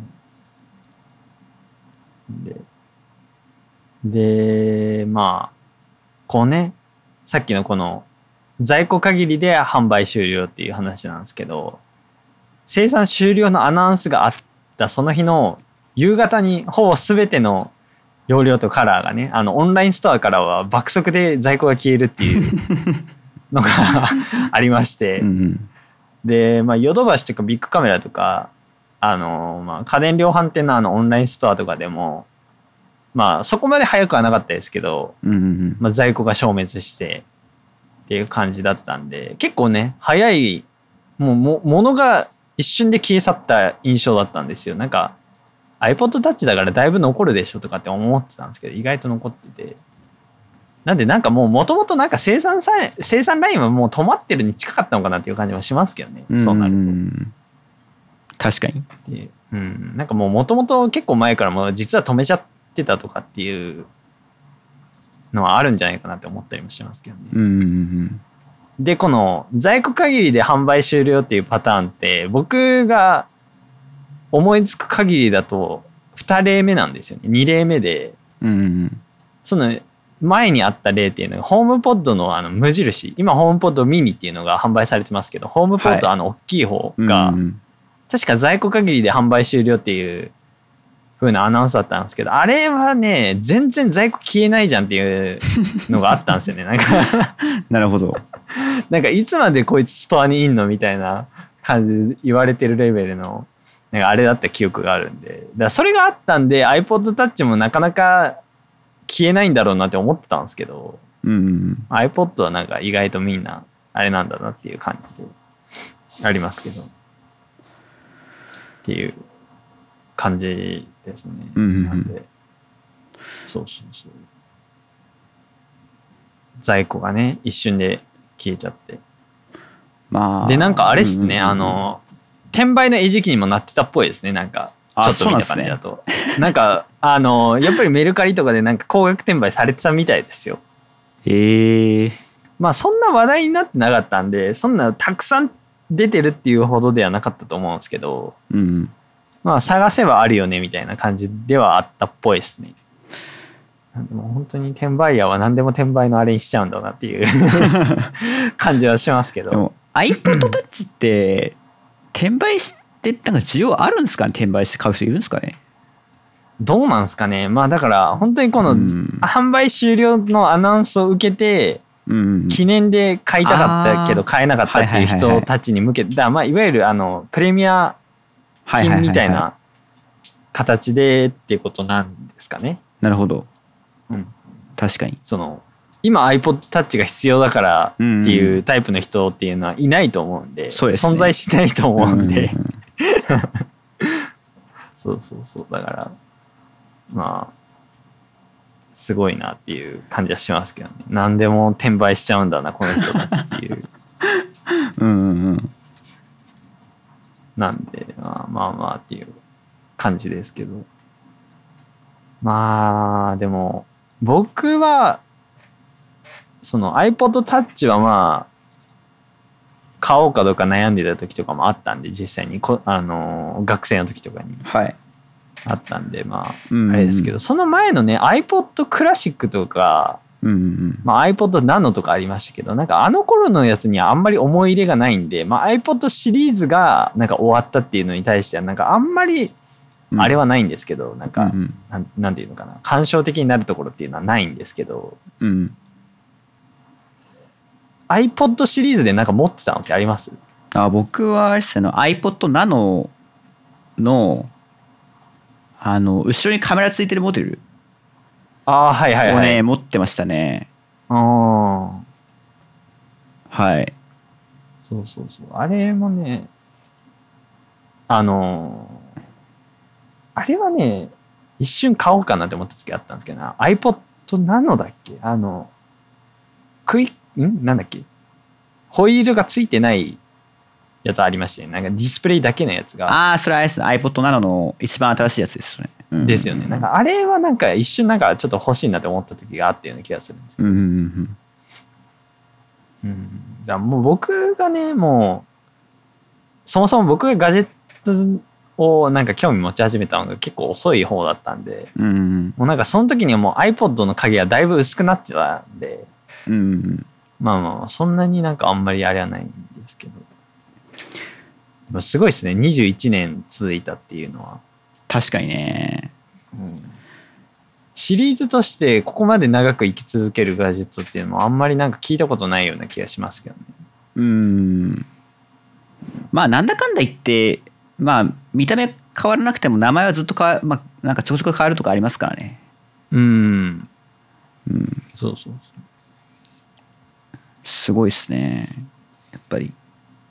ででまあこうねさっきのこの在庫限りで販売終了っていう話なんですけど、生産終了のアナウンスがあったその日の夕方にほぼ全ての容量とカラーがね、あのオンラインストアからは爆速で在庫が消えるっていうのがありまして、うんうん、で、まあ、ヨドバシとかビッグカメラとかあの、まあ、家電量販店のあのオンラインストアとかでもまあそこまで早くはなかったですけど、うんうんうんまあ、在庫が消滅してっていう感じだったんで、結構ね早いもうも物が一瞬で消え去った印象だったんですよ。なんか iPod Touch だからだいぶ残るでしょとかって思ってたんですけど、意外と残ってて、なんでなんかもうもともとなんか生産さ生産ラインはもう止まってるに近かったのかなっていう感じはしますけどね、うんそうなると。 確かにで、うん、なんかもうもともと結構前からもう実は止めちゃってたとかっていうのはあるんじゃないかなって思ったりもしますけどね、うんうんうん、でこの在庫限りで販売終了っていうパターンって僕が思いつく限りだとに例目なんですよね。に例目で、うんうん、その前にあった例っていうのがホームポッドのあの無印、今ホームポッドミニっていうのが販売されてますけど、ホームポッドあの大きい方が、はい、確か在庫限りで販売終了っていう風なアナウンスだったんですけど、あれはね全然在庫消えないじゃんっていうのがあったんですよね。なんかなるほど。 なんかいつまでこいつストアにいんのみたいな感じで言われてるレベルのなんかあれだった記憶があるんで、だからそれがあったんで iPod Touch もなかなか消えないんだろうなって思ってたんですけど、うんうん、iPod はなんか意外とみんなあれなんだなっていう感じでありますけどっていう感じですね、うんうんうん、なんでそうそうそう在庫がね一瞬で消えちゃって、まあ、でなんかあれっすね、うんうんうん、あの転売の餌食にもなってたっぽいですね。なんかちょっと見た感じだと な, なんかあのやっぱりメルカリとかでなんか高額転売されてたみたいですよ。へえ。まあそんな話題になってなかったんで、そんなたくさん出てるっていうほどではなかったと思うんですけど、うん、まあ探せばあるよねみたいな感じではあったっぽいですね。でも本当に転売ヤーは何でも転売のあれにしちゃうんだなっていう感じはしますけど。でも iPod Touch って転売してなんか需要あるんですかね。転売して買う人いるんですかね。 どうなんですかね。まあだから本当にこの販売終了のアナウンスを受けて記念で買いたかったけど買えなかったっていう人たちに向けて、だまあいわゆるあのプレミア品みたいな形でっていうことなんですかね。 なるほど、うん、確かにその今 iPod Touch が必要だからっていうタイプの人っていうのはいないと思うんで、そうですね、存在しないと思うんで、うんうん、そうそうそう、だからまあすごいなっていう感じはしますけどね。何でも転売しちゃうんだなこの人たちっていううんうん、うん、なんでまあまあまあっていう感じですけど、まあでも僕はその iPod Touch はまあ買おうかどうか悩んでた時とかもあったんで、実際にこあの学生の時とかにあったんで、まああれですけど、その前のね iPod クラシックとかうんうん、 まあ、iPod Nano とかありましたけど、なんかあの頃のやつにはあんまり思い入れがないんで、まあ、iPod シリーズがなんか終わったっていうのに対してはなんかあんまりあれはないんですけど、うん、なんか、うんうん、なん、なんていうのかな、感傷的になるところっていうのはないんですけど、 うん、 iPod シリーズでなんか持ってたのってあります？ あ、僕はあれですね、iPod Nano のあの後ろにカメラついてるモデルあ、はいはいはい、 をね持ってましたね。 ああ、 はい。 そうそうそう、あれもね、あのあれはね一瞬買おうかなって思った時あったんですけどな、 iPod Nano だっけ、あのクイんなんだっけ、ホイールがついてないやつありましたね。なんかディスプレイだけのやつが。 ああ、それあれですね。iPod Nano の一番新しいやつですね。 うん、ですよね。なんかあれはなんか一瞬なんかちょっと欲しいなって思った時があったような気がするんですけど。うんうんうんうん。だからもう僕がね、もうそもそも僕がガジェットをなんか興味持ち始めたのが結構遅い方だったんで、 うんうん、 もうなんかその時にはもう iPod の影がだいぶ薄くなってたんで、 うんうん、 まあまあそんなになんかあんまりあれはないんですけど、すごいですね、にじゅういちねん続いたっていうのは。 確かにね、 うん、シリーズとしてここまで長く生き続けるガジェットっていうのもあんまりなんか聞いたことないような気がしますけどね。 うん、まあなんだかんだ言ってまあ見た目変わらなくても名前はずっと変わ、まあ、なんかちょくちょく変わるとかありますからね。 うん、うん、そうそうそう、 すごいですねやっぱり。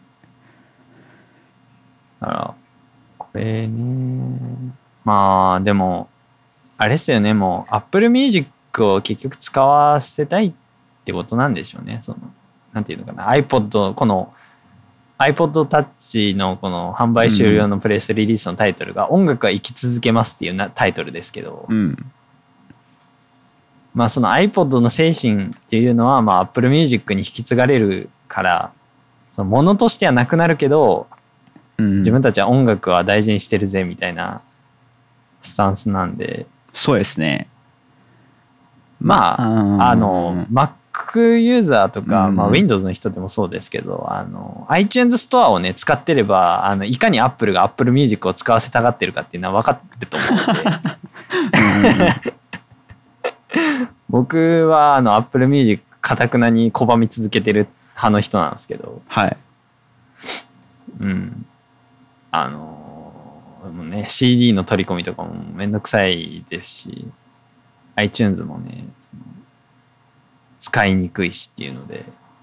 だからこれね、まあでもあれですよね、もう Apple Music を結局使わせたいってことなんでしょうね。そのなんていうのかな、 iPod この iPod Touch のこの販売終了のプレスリリースのタイトルが音楽は生き続けますっていうなタイトルですけど、 うん、 まあその iPod の精神っていうのはまあ Apple Music に引き継がれるから、そのものとしてはなくなるけど、うん、自分たちは音楽は大事にしてるぜみたいなスタンスなんで。 そうですね。 まあ、まあ、あの Mac ユーザーとか、うん、まあ、Windows の人でもそうですけど、あの iTunes ストアをね使ってれば、あのいかに Apple が Apple Music を使わせたがってるかっていうのは分かると思うので僕はあの Apple Music かたくなに拒み続けてる派の人なんですけど、 はい、 うん、あのもうね シーディー の取り込みとかもめんどくさいですし、 iTunes もねその使いにくいしっていうので、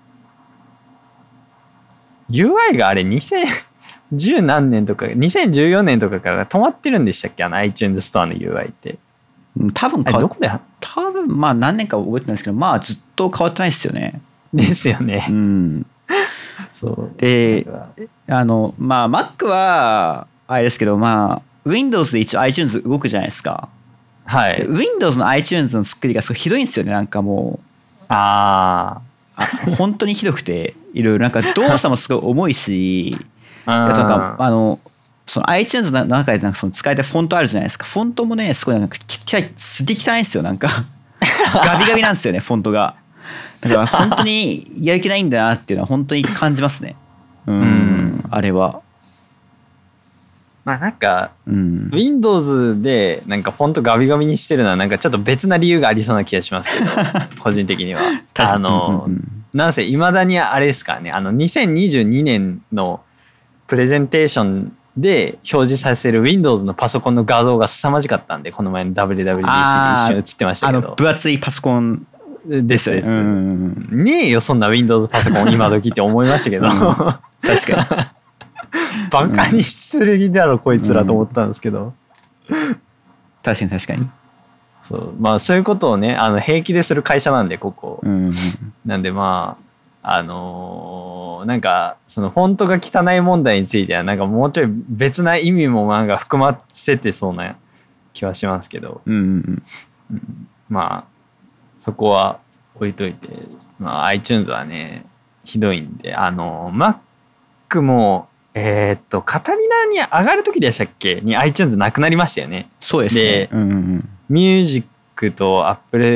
ユーアイ があれにせんじゅう何年とかにせんじゅうよねんとかから止まってるんでしたっけ、あの iTunes ストアの ユーアイ って。 多分どこで多分まあ何年か覚えてないですけど、まあずっと変わってないですよね。 ですよね。 うん。 そうで、あのまあ Mac はあれですけど、まあ Windows で一応 iTunes 動くじゃないですか。 はい。 Windows の iTunes の作りがすごいひどいんですよね。なんかもうああ本当にひどくて、いろいろなんか動作もすごい重いしあとなんかあのその iTunes の中でなんかその使えたフォントあるじゃないですか。フォントもねすごいなんかすげえ汚いんですよ。なんかガビガビなんですよねフォントが。だから本当にやる気ないんだなっていうのは本当に感じますね。うん、うん、あれは。 まあなんか、 うん、 Windows でなんかフォントガビガビにしてるのはなんかちょっと別な理由がありそうな気がしますけど個人的にはあの、うんうん、なんせいまだにあれですからね、あのにせんにじゅうにねんのプレゼンテーションで表示させる Windows のパソコンの画像が凄まじかったんで、この前の ダブリューダブリューディーシー で一瞬映ってましたけど、 あの分厚いパソコンですです、 うんうんうん、ねえよそんな Windows パソコン今時って思いましたけど、うん、 確かにバカにしすぎだろこいつらと思ったんですけど、 うん、確かに確かにそう、まあそういうことをねあの平気でする会社なんでここ、 うんうん、 なんでまああのー、なんかそのフォントが汚い問題についてはなんかもうちょい別な意味もなんか含ませてそうな気はしますけど、 うんうんうん、まあそこは置いといて、まあ、iTunes はねひどいんで、あの Mac もえー、っとカタリナに上がる時でしたっけに iTunes なくなりましたよね。 そうですね。 で、 うんうん、 ミュージックと Apple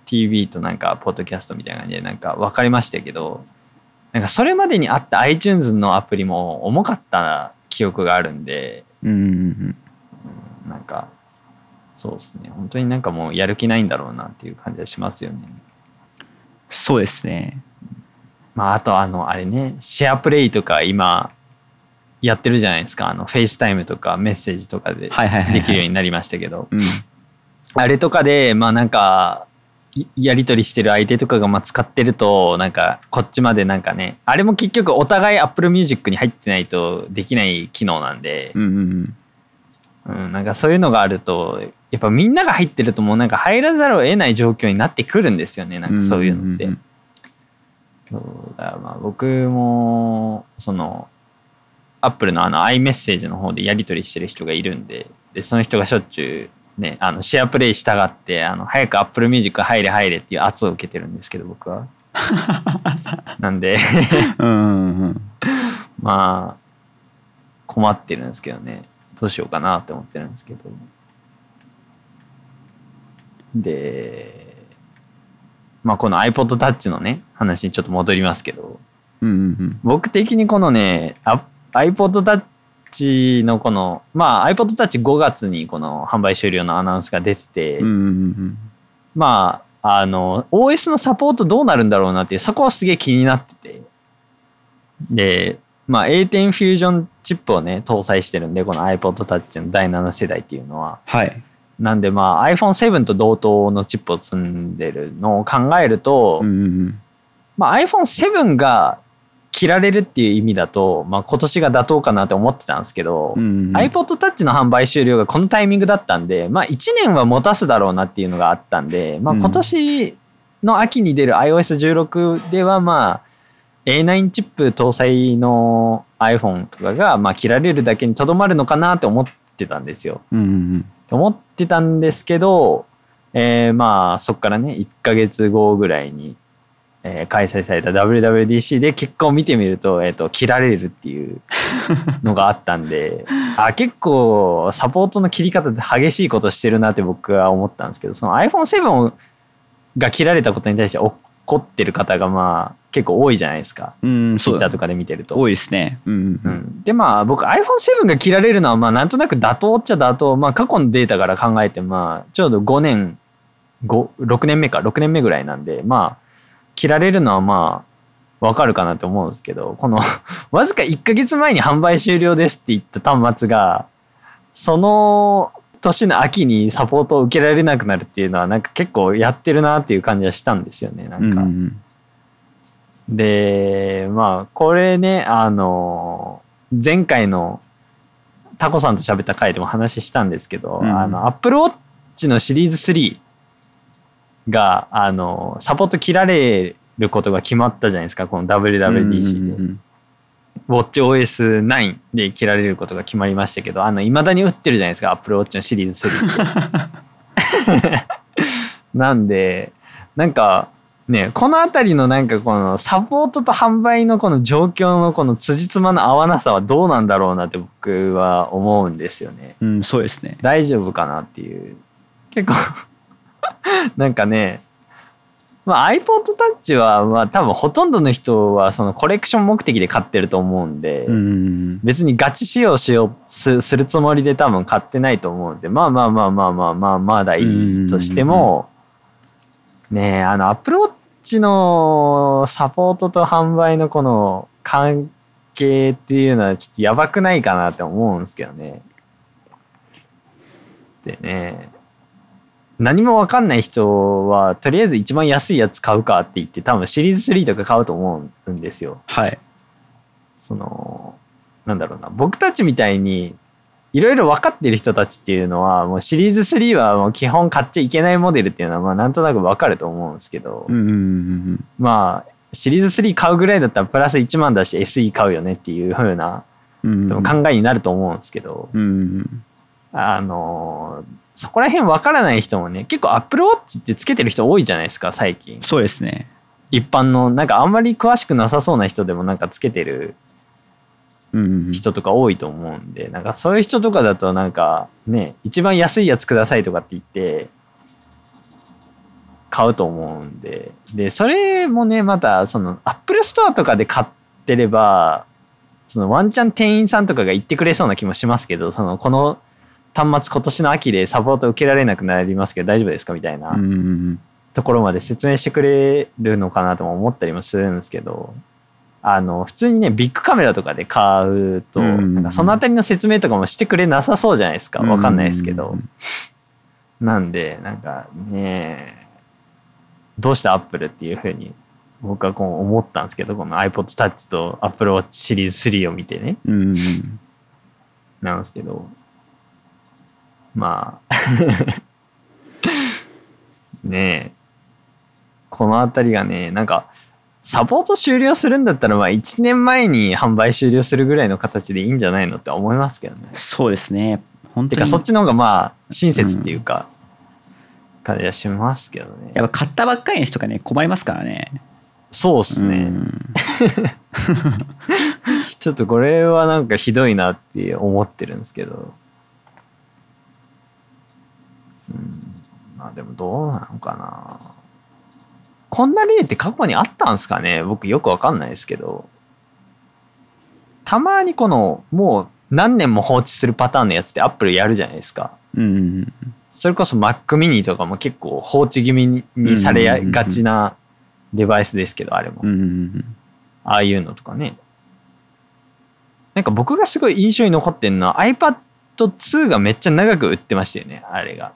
ティーブイ となんかポッドキャストみたいな感じでなんか分かれましたけど、なんかそれまでにあった iTunes のアプリも重かった記憶があるんで、 うんうんうん、 なんかそうですね、本当になんかもうやる気ないんだろうなっていう感じはしますよね。 そうですね。 まああとあのあれね、シェアプレイとか今やってるじゃないですか。あのフェイスタイムとかメッセージとかでできるようになりましたけど、あれとかでまあなんかやり取りしてる相手とかがまあ使ってるとなんかこっちまでなんかね、あれも結局お互い Apple Music に入ってないとできない機能なんで、うんうんうん、なんかそういうのがあるとやっぱみんなが入ってるともうなんか入らざるを得ない状況になってくるんですよね。なんかそういうのって、うんうんうん、そうだまあ僕もそのアップルのあの iMessage の方でやり取りしてる人がいるんで、でその人がしょっちゅうね、あのシェアプレイしたがってあの早く Apple Music 入れ入れっていう圧を受けてるんですけど僕はなんでうん、うん、まあ困ってるんですけどね、どうしようかなって思ってるんですけど、でまあこの iPod Touch のね話にちょっと戻りますけど、うんうんうん、僕的にこのね iPod Touch のこのまあ iPod Touch ごがつにこの販売終了のアナウンスが出てて、うんうんうん、まああの オーエス のサポートどうなるんだろうなっていうそこはすげえ気になってて、でまあ エーテン フュージョンチップをね搭載してるんでこの iPod Touch のだいなな世代っていうのは、はい、なんでまあ アイフォンセブン と同等のチップを積んでるのを考えると、うんうんうん、まあ アイフォンセブン が切られるっていう意味だと、まあ、今年が妥当かなって思ってたんですけど、うんうん、iPod Touch の販売終了がこのタイミングだったんで、まあ、いちねんは持たすだろうなっていうのがあったんで、まあ、今年の秋に出る アイオーエスじゅうろく ではまあ エーナイン チップ搭載の iPhone とかがまあ切られるだけにとどまるのかなって思ってたんですよ。うんうん、思ってたんですけど、えー、まあそこからねいっかげつごぐらいにえー、開催された ダブリューダブリューディーシー で結果を見てみると、えーと、切られるっていうのがあったんであ結構サポートの切り方って激しいことしてるなって僕は思ったんですけど、その アイフォンセブン が切られたことに対して怒ってる方がまあ結構多いじゃないですか、うん、Twitter とかで見てると多いですね、うんうん、でまあ僕 アイフォンセブン が切られるのはまあなんとなく妥当っちゃ妥当、まあ、過去のデータから考えてまあちょうどごねんごろくねんめかろくねんめぐらいなんでまあ切られるのはまあわかるかなと思うんですけど、このわずかいっかげつまえに販売終了ですって言った端末がその年の秋にサポートを受けられなくなるっていうのはなんか結構やってるなっていう感じはしたんですよねなんか、うんうん、でまあこれねあの前回のタコさんと喋った回でも話したんですけど、うん、あの Apple Watch のシリーズスリーがあのサポート切られることが決まったじゃないですか、この ダブリューダブリューディーシー で、うんうんうん、ウォッチ オーエスナイン で切られることが決まりましたけど、あの未だに売ってるじゃないですか Apple Watch のシリーズスリーなんでなんかねこのあたりのなんかこのサポートと販売のこの状況のこの辻褄の合わなさはどうなんだろうなって僕は思うんですよね、うん、そうですね、大丈夫かなっていう結構なんかね、まあ、iPod Touch はまあ多分ほとんどの人はそのコレクション目的で買ってると思うんで、うん、別にガチ使用しよう す, するつもりで多分買ってないと思うんで、まあまあまあまあまあまあまだいいとしても、ねえあの Apple Watch のサポートと販売のこの関係っていうのはちょっとやばくないかなって思うんですけどね。でね。何も分かんない人はとりあえず一番安いやつ買うかって言って多分シリーズスリーとか買うと思うんですよ。はい。そのなんだろうな、僕たちみたいにいろいろ分かってる人たちっていうのはもうシリーズスリーはもう基本買っちゃいけないモデルっていうのはまあなんとなく分かると思うんですけど、うんうんうん、まあシリーズスリー買うぐらいだったらプラスいちまん出して エスイー 買うよねっていう風な考えになると思うんですけど、うんうん、あのそこら辺分からない人もね結構 Apple Watch ってつけてる人多いじゃないですか最近。そうですね。一般のなんかあんまり詳しくなさそうな人でもなんかつけてる人とか多いと思うんで、なんかそういう人とかだとなんかね一番安いやつくださいとかって言って買うと思うんで、でそれもねまたそのアップルストアとかで買ってればそのワンチャン店員さんとかが言ってくれそうな気もしますけど、そのこの端末今年の秋でサポート受けられなくなりますけど大丈夫ですかみたいなところまで説明してくれるのかなとも思ったりもするんですけど、あの普通にねビッグカメラとかで買うとなんかそのあたりの説明とかもしてくれなさそうじゃないですか。わかんないですけど、なんでなんかねどうしてアップルっていうふうに僕はこう思ったんですけど、この iPod Touch と Apple Watch シリーズスリーを見てね、なんですけどまあねえこのあたりがねなんかサポート終了するんだったらまあいちねんまえに販売終了するぐらいの形でいいんじゃないのって思いますけどね。 そうですね。本当に。 てかそっちの方がまあ親切っていうか、うん、感じはしますけどね。 やっぱ買ったばっかりの人がね困りますからね。 そうっすね。うん、ちょっとこれはなんかひどいなって思ってるんですけど。うん、まあでもどうなのかな。こんな例って過去にあったんですかね。僕よくわかんないですけど、たまにこのもう何年も放置するパターンのやつってアップルやるじゃないですか。 うんうんうん、 それこそ Mac mini とかも結構放置気味にされがちなデバイスですけど、あれも、 うんうんうん、 ああいうのとかね。なんか僕がすごい印象に残ってるのは アイパッドツー がめっちゃ長く売ってましたよね、あれが。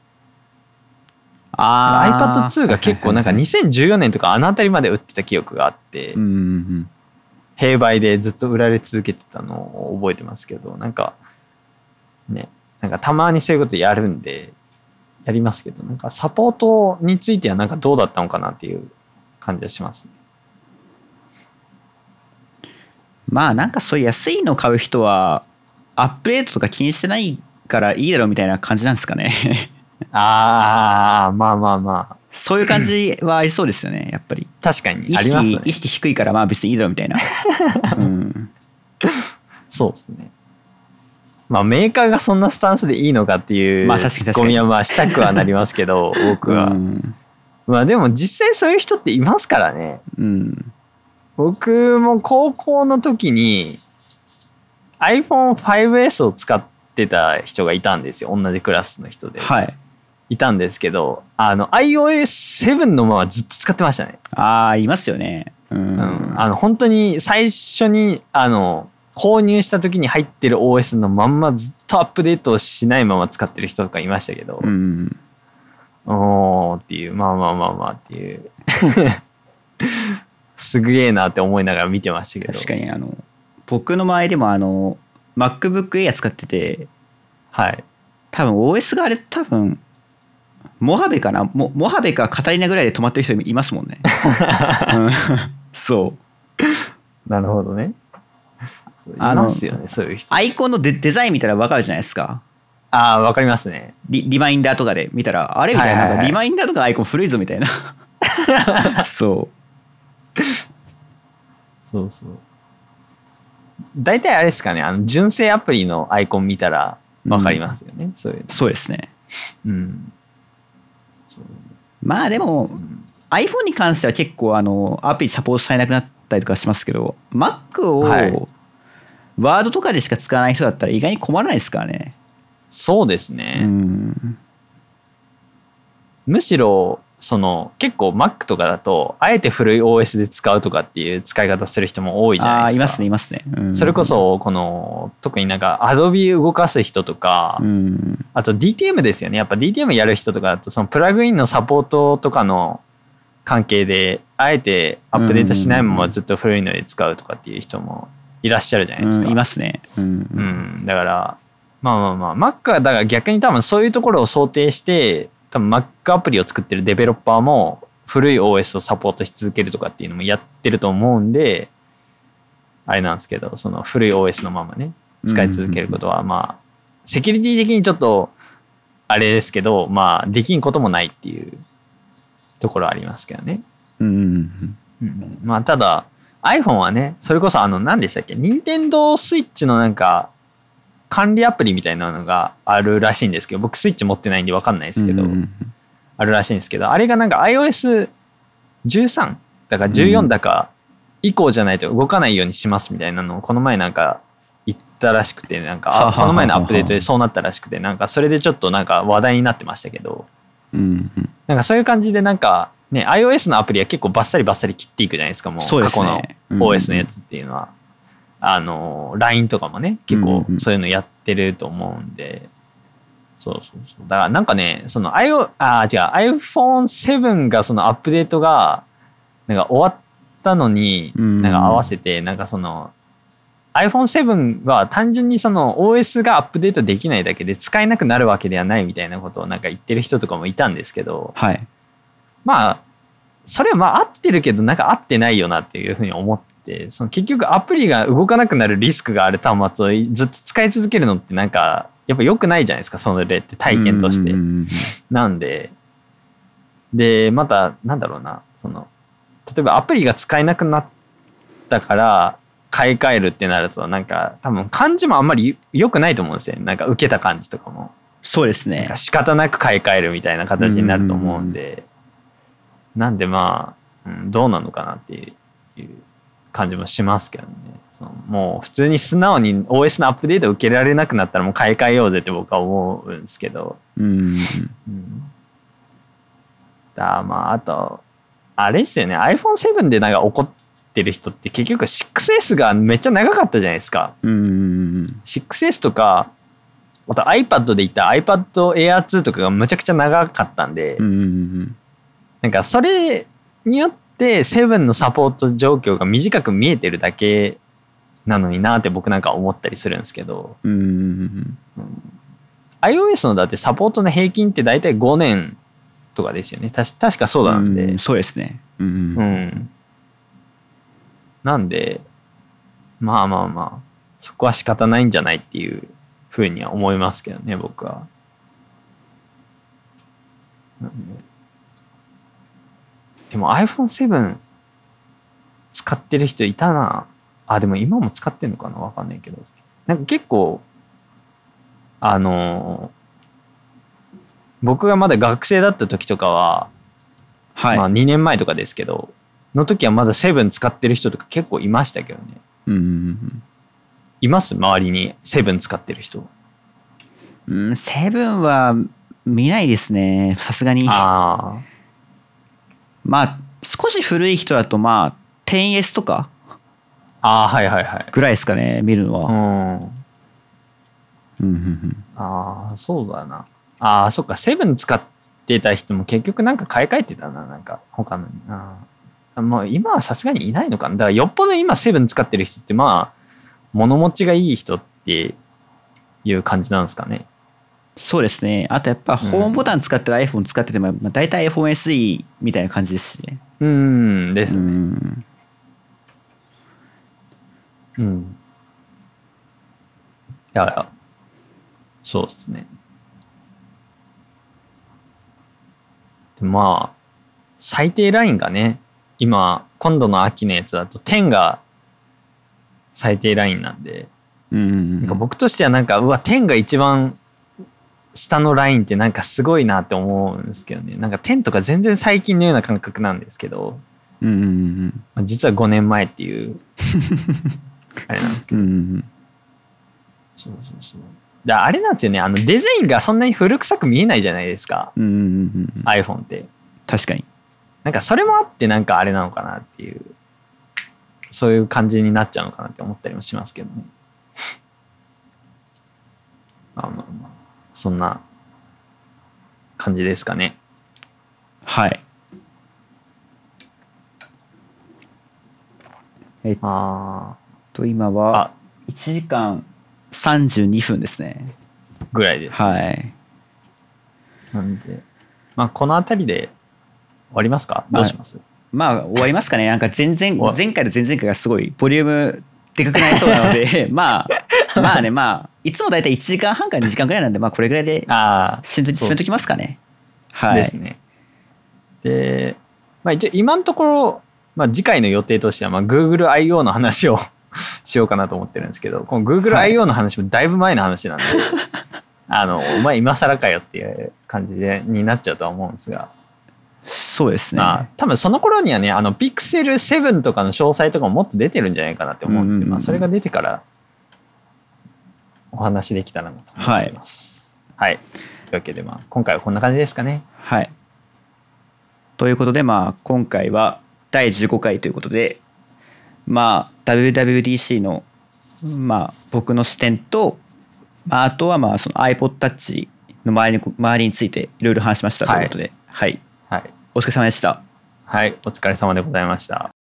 あ iPad ツー が結構なんかにせんじゅうよねんとかあの辺りまで売ってた記憶があって、 うんうんうん、 併売でずっと売られ続けてたのを覚えてますけど、なんかねなんかたまにそういうことやるんでやりますけど、なんかサポートについてはなんかどうだったのかなっていう感じがしますね。 まあなんかそういう安いの買う人はアップデートとか気にしてないからいいだろうみたいな感じなんですかね。 ああまあまあまあそういう感じはありそうですよねやっぱり。 確かに意識ありますね。 意識低いからまあ別にいいだろうみたいな、うん、 そうですね。まあメーカーがそんなスタンスでいいのかっていうツッコミはまあしたくはなりますけど僕は、うん、まあでも実際そういう人っていますからね、 うん、 僕も高校の時に アイフォンファイブエス を使ってた人がいたんですよ、同じクラスの人で、 はい、 いたんですけど、あの アイオーエスセブン のままずっと使ってましたね。 ああいますよね、うん、うん、 あの本当に最初にあの購入した時に入ってる オーエス のまんまずっとアップデートしないまま使ってる人とかいましたけど、 うん、 おーっていう、まあまあまあまあっていうすげえなって思いながら見てましたけど。 確かにあの僕の周りでもあの MacBook Air 使ってて、 はい、 多分 オーエス があれ多分モハベかな、モモハベかカタリナぐらいで止まってる人いますもんね、うん、そうなるほどね。いますよねそういう人。 アイコンの デ, デザイン見たら分かるじゃないですか。 ああ分かりますね。 リ, リマインダーとかで見たらあれみたいな、はいはいはい、リマインダーとかアイコン古いぞみたいなそうそうそう大体あれですかね、あの純正アプリのアイコン見たら分かりますよね、うん、そういうの。 そうですね、 うん、 そうまあでも、うん、iPhone に関しては結構あのアプリサポートされなくなったりとかしますけど Mac を、はい、ワードとかでしか使わない人だったら意外に困らないですからね。 そうですね、 うん、 むしろその結構 Mac とかだとあえて古い オーエス で使うとかっていう使い方する人も多いじゃないですか。 あいますねいますね、うん、 それこそこの特になんか Adobe 動かす人とか、 うん、 あと ディーティーエム ですよね。やっぱ ディーティーエム やる人とかだとそのプラグインのサポートとかの関係であえてアップデートしないままずっと古いので使うとかっていう人もいらっしゃるじゃないですか、 うん、いますね、うんうん、だからまあまあまあ Mac はだから逆に多分そういうところを想定して多分 Mac アプリを作ってるデベロッパーも古い オーエス をサポートし続けるとかっていうのもやってると思うんであれなんですけど、その古い オーエス のままね使い続けることはまあセキュリティ的にちょっとあれですけどまあできんこともないっていうところありますけどね、 うんうんうん、まあただ iPhone はねそれこそあの何でしたっけ、Nintendo Switch のなんか管理アプリみたいなのがあるらしいんですけど僕スイッチ持ってないんで分かんないですけど、 うんうん、 あるらしいんですけど、あれがなんか アイオーエスじゅうさん だからじゅうよんだか以降じゃないと動かないようにしますみたいなのをこの前なんか言ったらしくて、なんかこの前のアップデートでそうなったらしくて、なんかそれでちょっとなんか話題になってましたけど、なんかそういう感じでなんかね iOS のアプリは結構バッサリバッサリ切っていくじゃないですか。もう過去の オーエス のやつっていうのはあの ライン とかもね結構そういうのやってると思うんで、そうそうそう、だからなんかねその iO あ違う アイフォンセブン がそのアップデートがなんか終わったのになんか合わせてなんかその アイフォンセブン は単純にその オーエス がアップデートできないだけで使えなくなるわけではないみたいなことをなんか言ってる人とかもいたんですけど、 はい、 まあそれはまあ合ってるけどなんか合ってないよなっていうふうに思って、その結局アプリが動かなくなるリスクがある端末をずっと使い続けるのってなんかやっぱ良くないじゃないですか、その例って体験として。なんででまたなんだろうな、その例えばアプリが使えなくなったから買い替えるってなるとなんか多分感じもあんまり良くないと思うんですよね。なんか受けた感じとかもそうですね、 なんか仕方なく買い替えるみたいな形になると思うんで、なんでまあ、うん、どうなのかなっていう感じもしますけどね。そのもう普通に素直に オーエス のアップデート受けられなくなったらもう買い替えようぜって僕は思うんですけど、 うん、うん、 だまああとあれですよね、 アイフォンセブン でなんか怒ってる人って結局 シックスエス がめっちゃ長かったじゃないですか。 うん、 シックスエス とかまた iPad で言った iPad Air ツーとかがむちゃくちゃ長かったんで、 うん、 なんかそれによってセブンのサポート状況が短く見えてるだけなのになって僕なんか思ったりするんですけど、 うん、 iOS のだってサポートの平均って大体ごねんとかですよね。たし確かそうなんで、 うん、そうですね、うん、 うん、なんでまあまあまあそこは仕方ないんじゃないっていうふうには思いますけどね僕は。でも アイフォンセブン 使ってる人いたなあ。でも今も使ってんのかな分かんないけど、なんか結構あのー、僕がまだ学生だった時とかは、はい、まあにねんまえとかですけどの時はまだセブン使ってる人とか結構いましたけどね。 うん、 います周りにセブン使ってる人。 うん、セブンは見ないですねさすがに。あまあ少し古い人だとまあ テンエス とかあはいはいはいぐらいですかね見るのは。 うん、ああそうだな。ああそっかセブン使ってた人も結局なんか買い替えてたな、なんか他のに。あもう今はさすがにいないのかな。だからよっぽど今セブン使ってる人ってまあ物持ちがいい人っていう感じなんですかね。 そうですね。あとやっぱホームボタン使ってる iPhone 使ってても、まあ、大体 iPhone エスイー みたいな感じですしね。 うんですね。うんうんだからそうですね。でまあ最低ラインがね今今度の秋のやつだとじゅうが最低ラインなんで、うんうんうん、なんか僕としてはなんかうわじゅうが一番下のラインってなんかすごいなって思うんですけどね。なんかじゅうとか全然最近のような感覚なんですけど、うんうんうんまあ、実はごねんまえっていうあれなんですけど、うんうん、そうそうそうだあれなんですよね。あのデザインがそんなに古臭く見えないじゃないですか、うんうんうん、iPhone って。 確かになんかそれもあってなんかあれなのかなっていう、そういう感じになっちゃうのかなって思ったりもしますけどね。まあまあまあそんな感じですかね。 はいえっと今はいちじかんさんじゅうにふんですねぐらいです、ね、 はいなんでまあこの辺りで終わりますか、まあ、どうします？ まあ終わりますかね。なんか全然前回と前々回がすごいボリュームでかくなりそうなのでまあまあねまあいつもだいたいいちじかんはんからにじかんぐらいなんでまあこれぐらいで締めときますかね。 はいですね。で、まあ、一応今のところ、まあ、次回の予定としてはまあ Google アイオー の話をしようかなと思ってるんですけど、この Google アイオー の話もだいぶ前の話なんで、 あのお前今更かよっていう感じでになっちゃうとは思うんですが、 そうですね、 まあ多分その頃にはね、あのピクセルセブンとかの詳細とかももっと出てるんじゃないかなって思うんで、 うんうんうん、 まあ、それが出てからお話できたらなと思います。はい、はい、というわけで、まあ、今回はこんな感じですかね。 はい。ということで、まあ、今回はだいじゅうごかいということで、まあ、ダブリューダブリューディーシー の、まあ、僕の視点と、まあ、あとはまあその iPod Touch の周りに、周りについていろいろ話しましたということで、はい、 はい、 お疲れ様でした。 はい、お疲れ様でございました。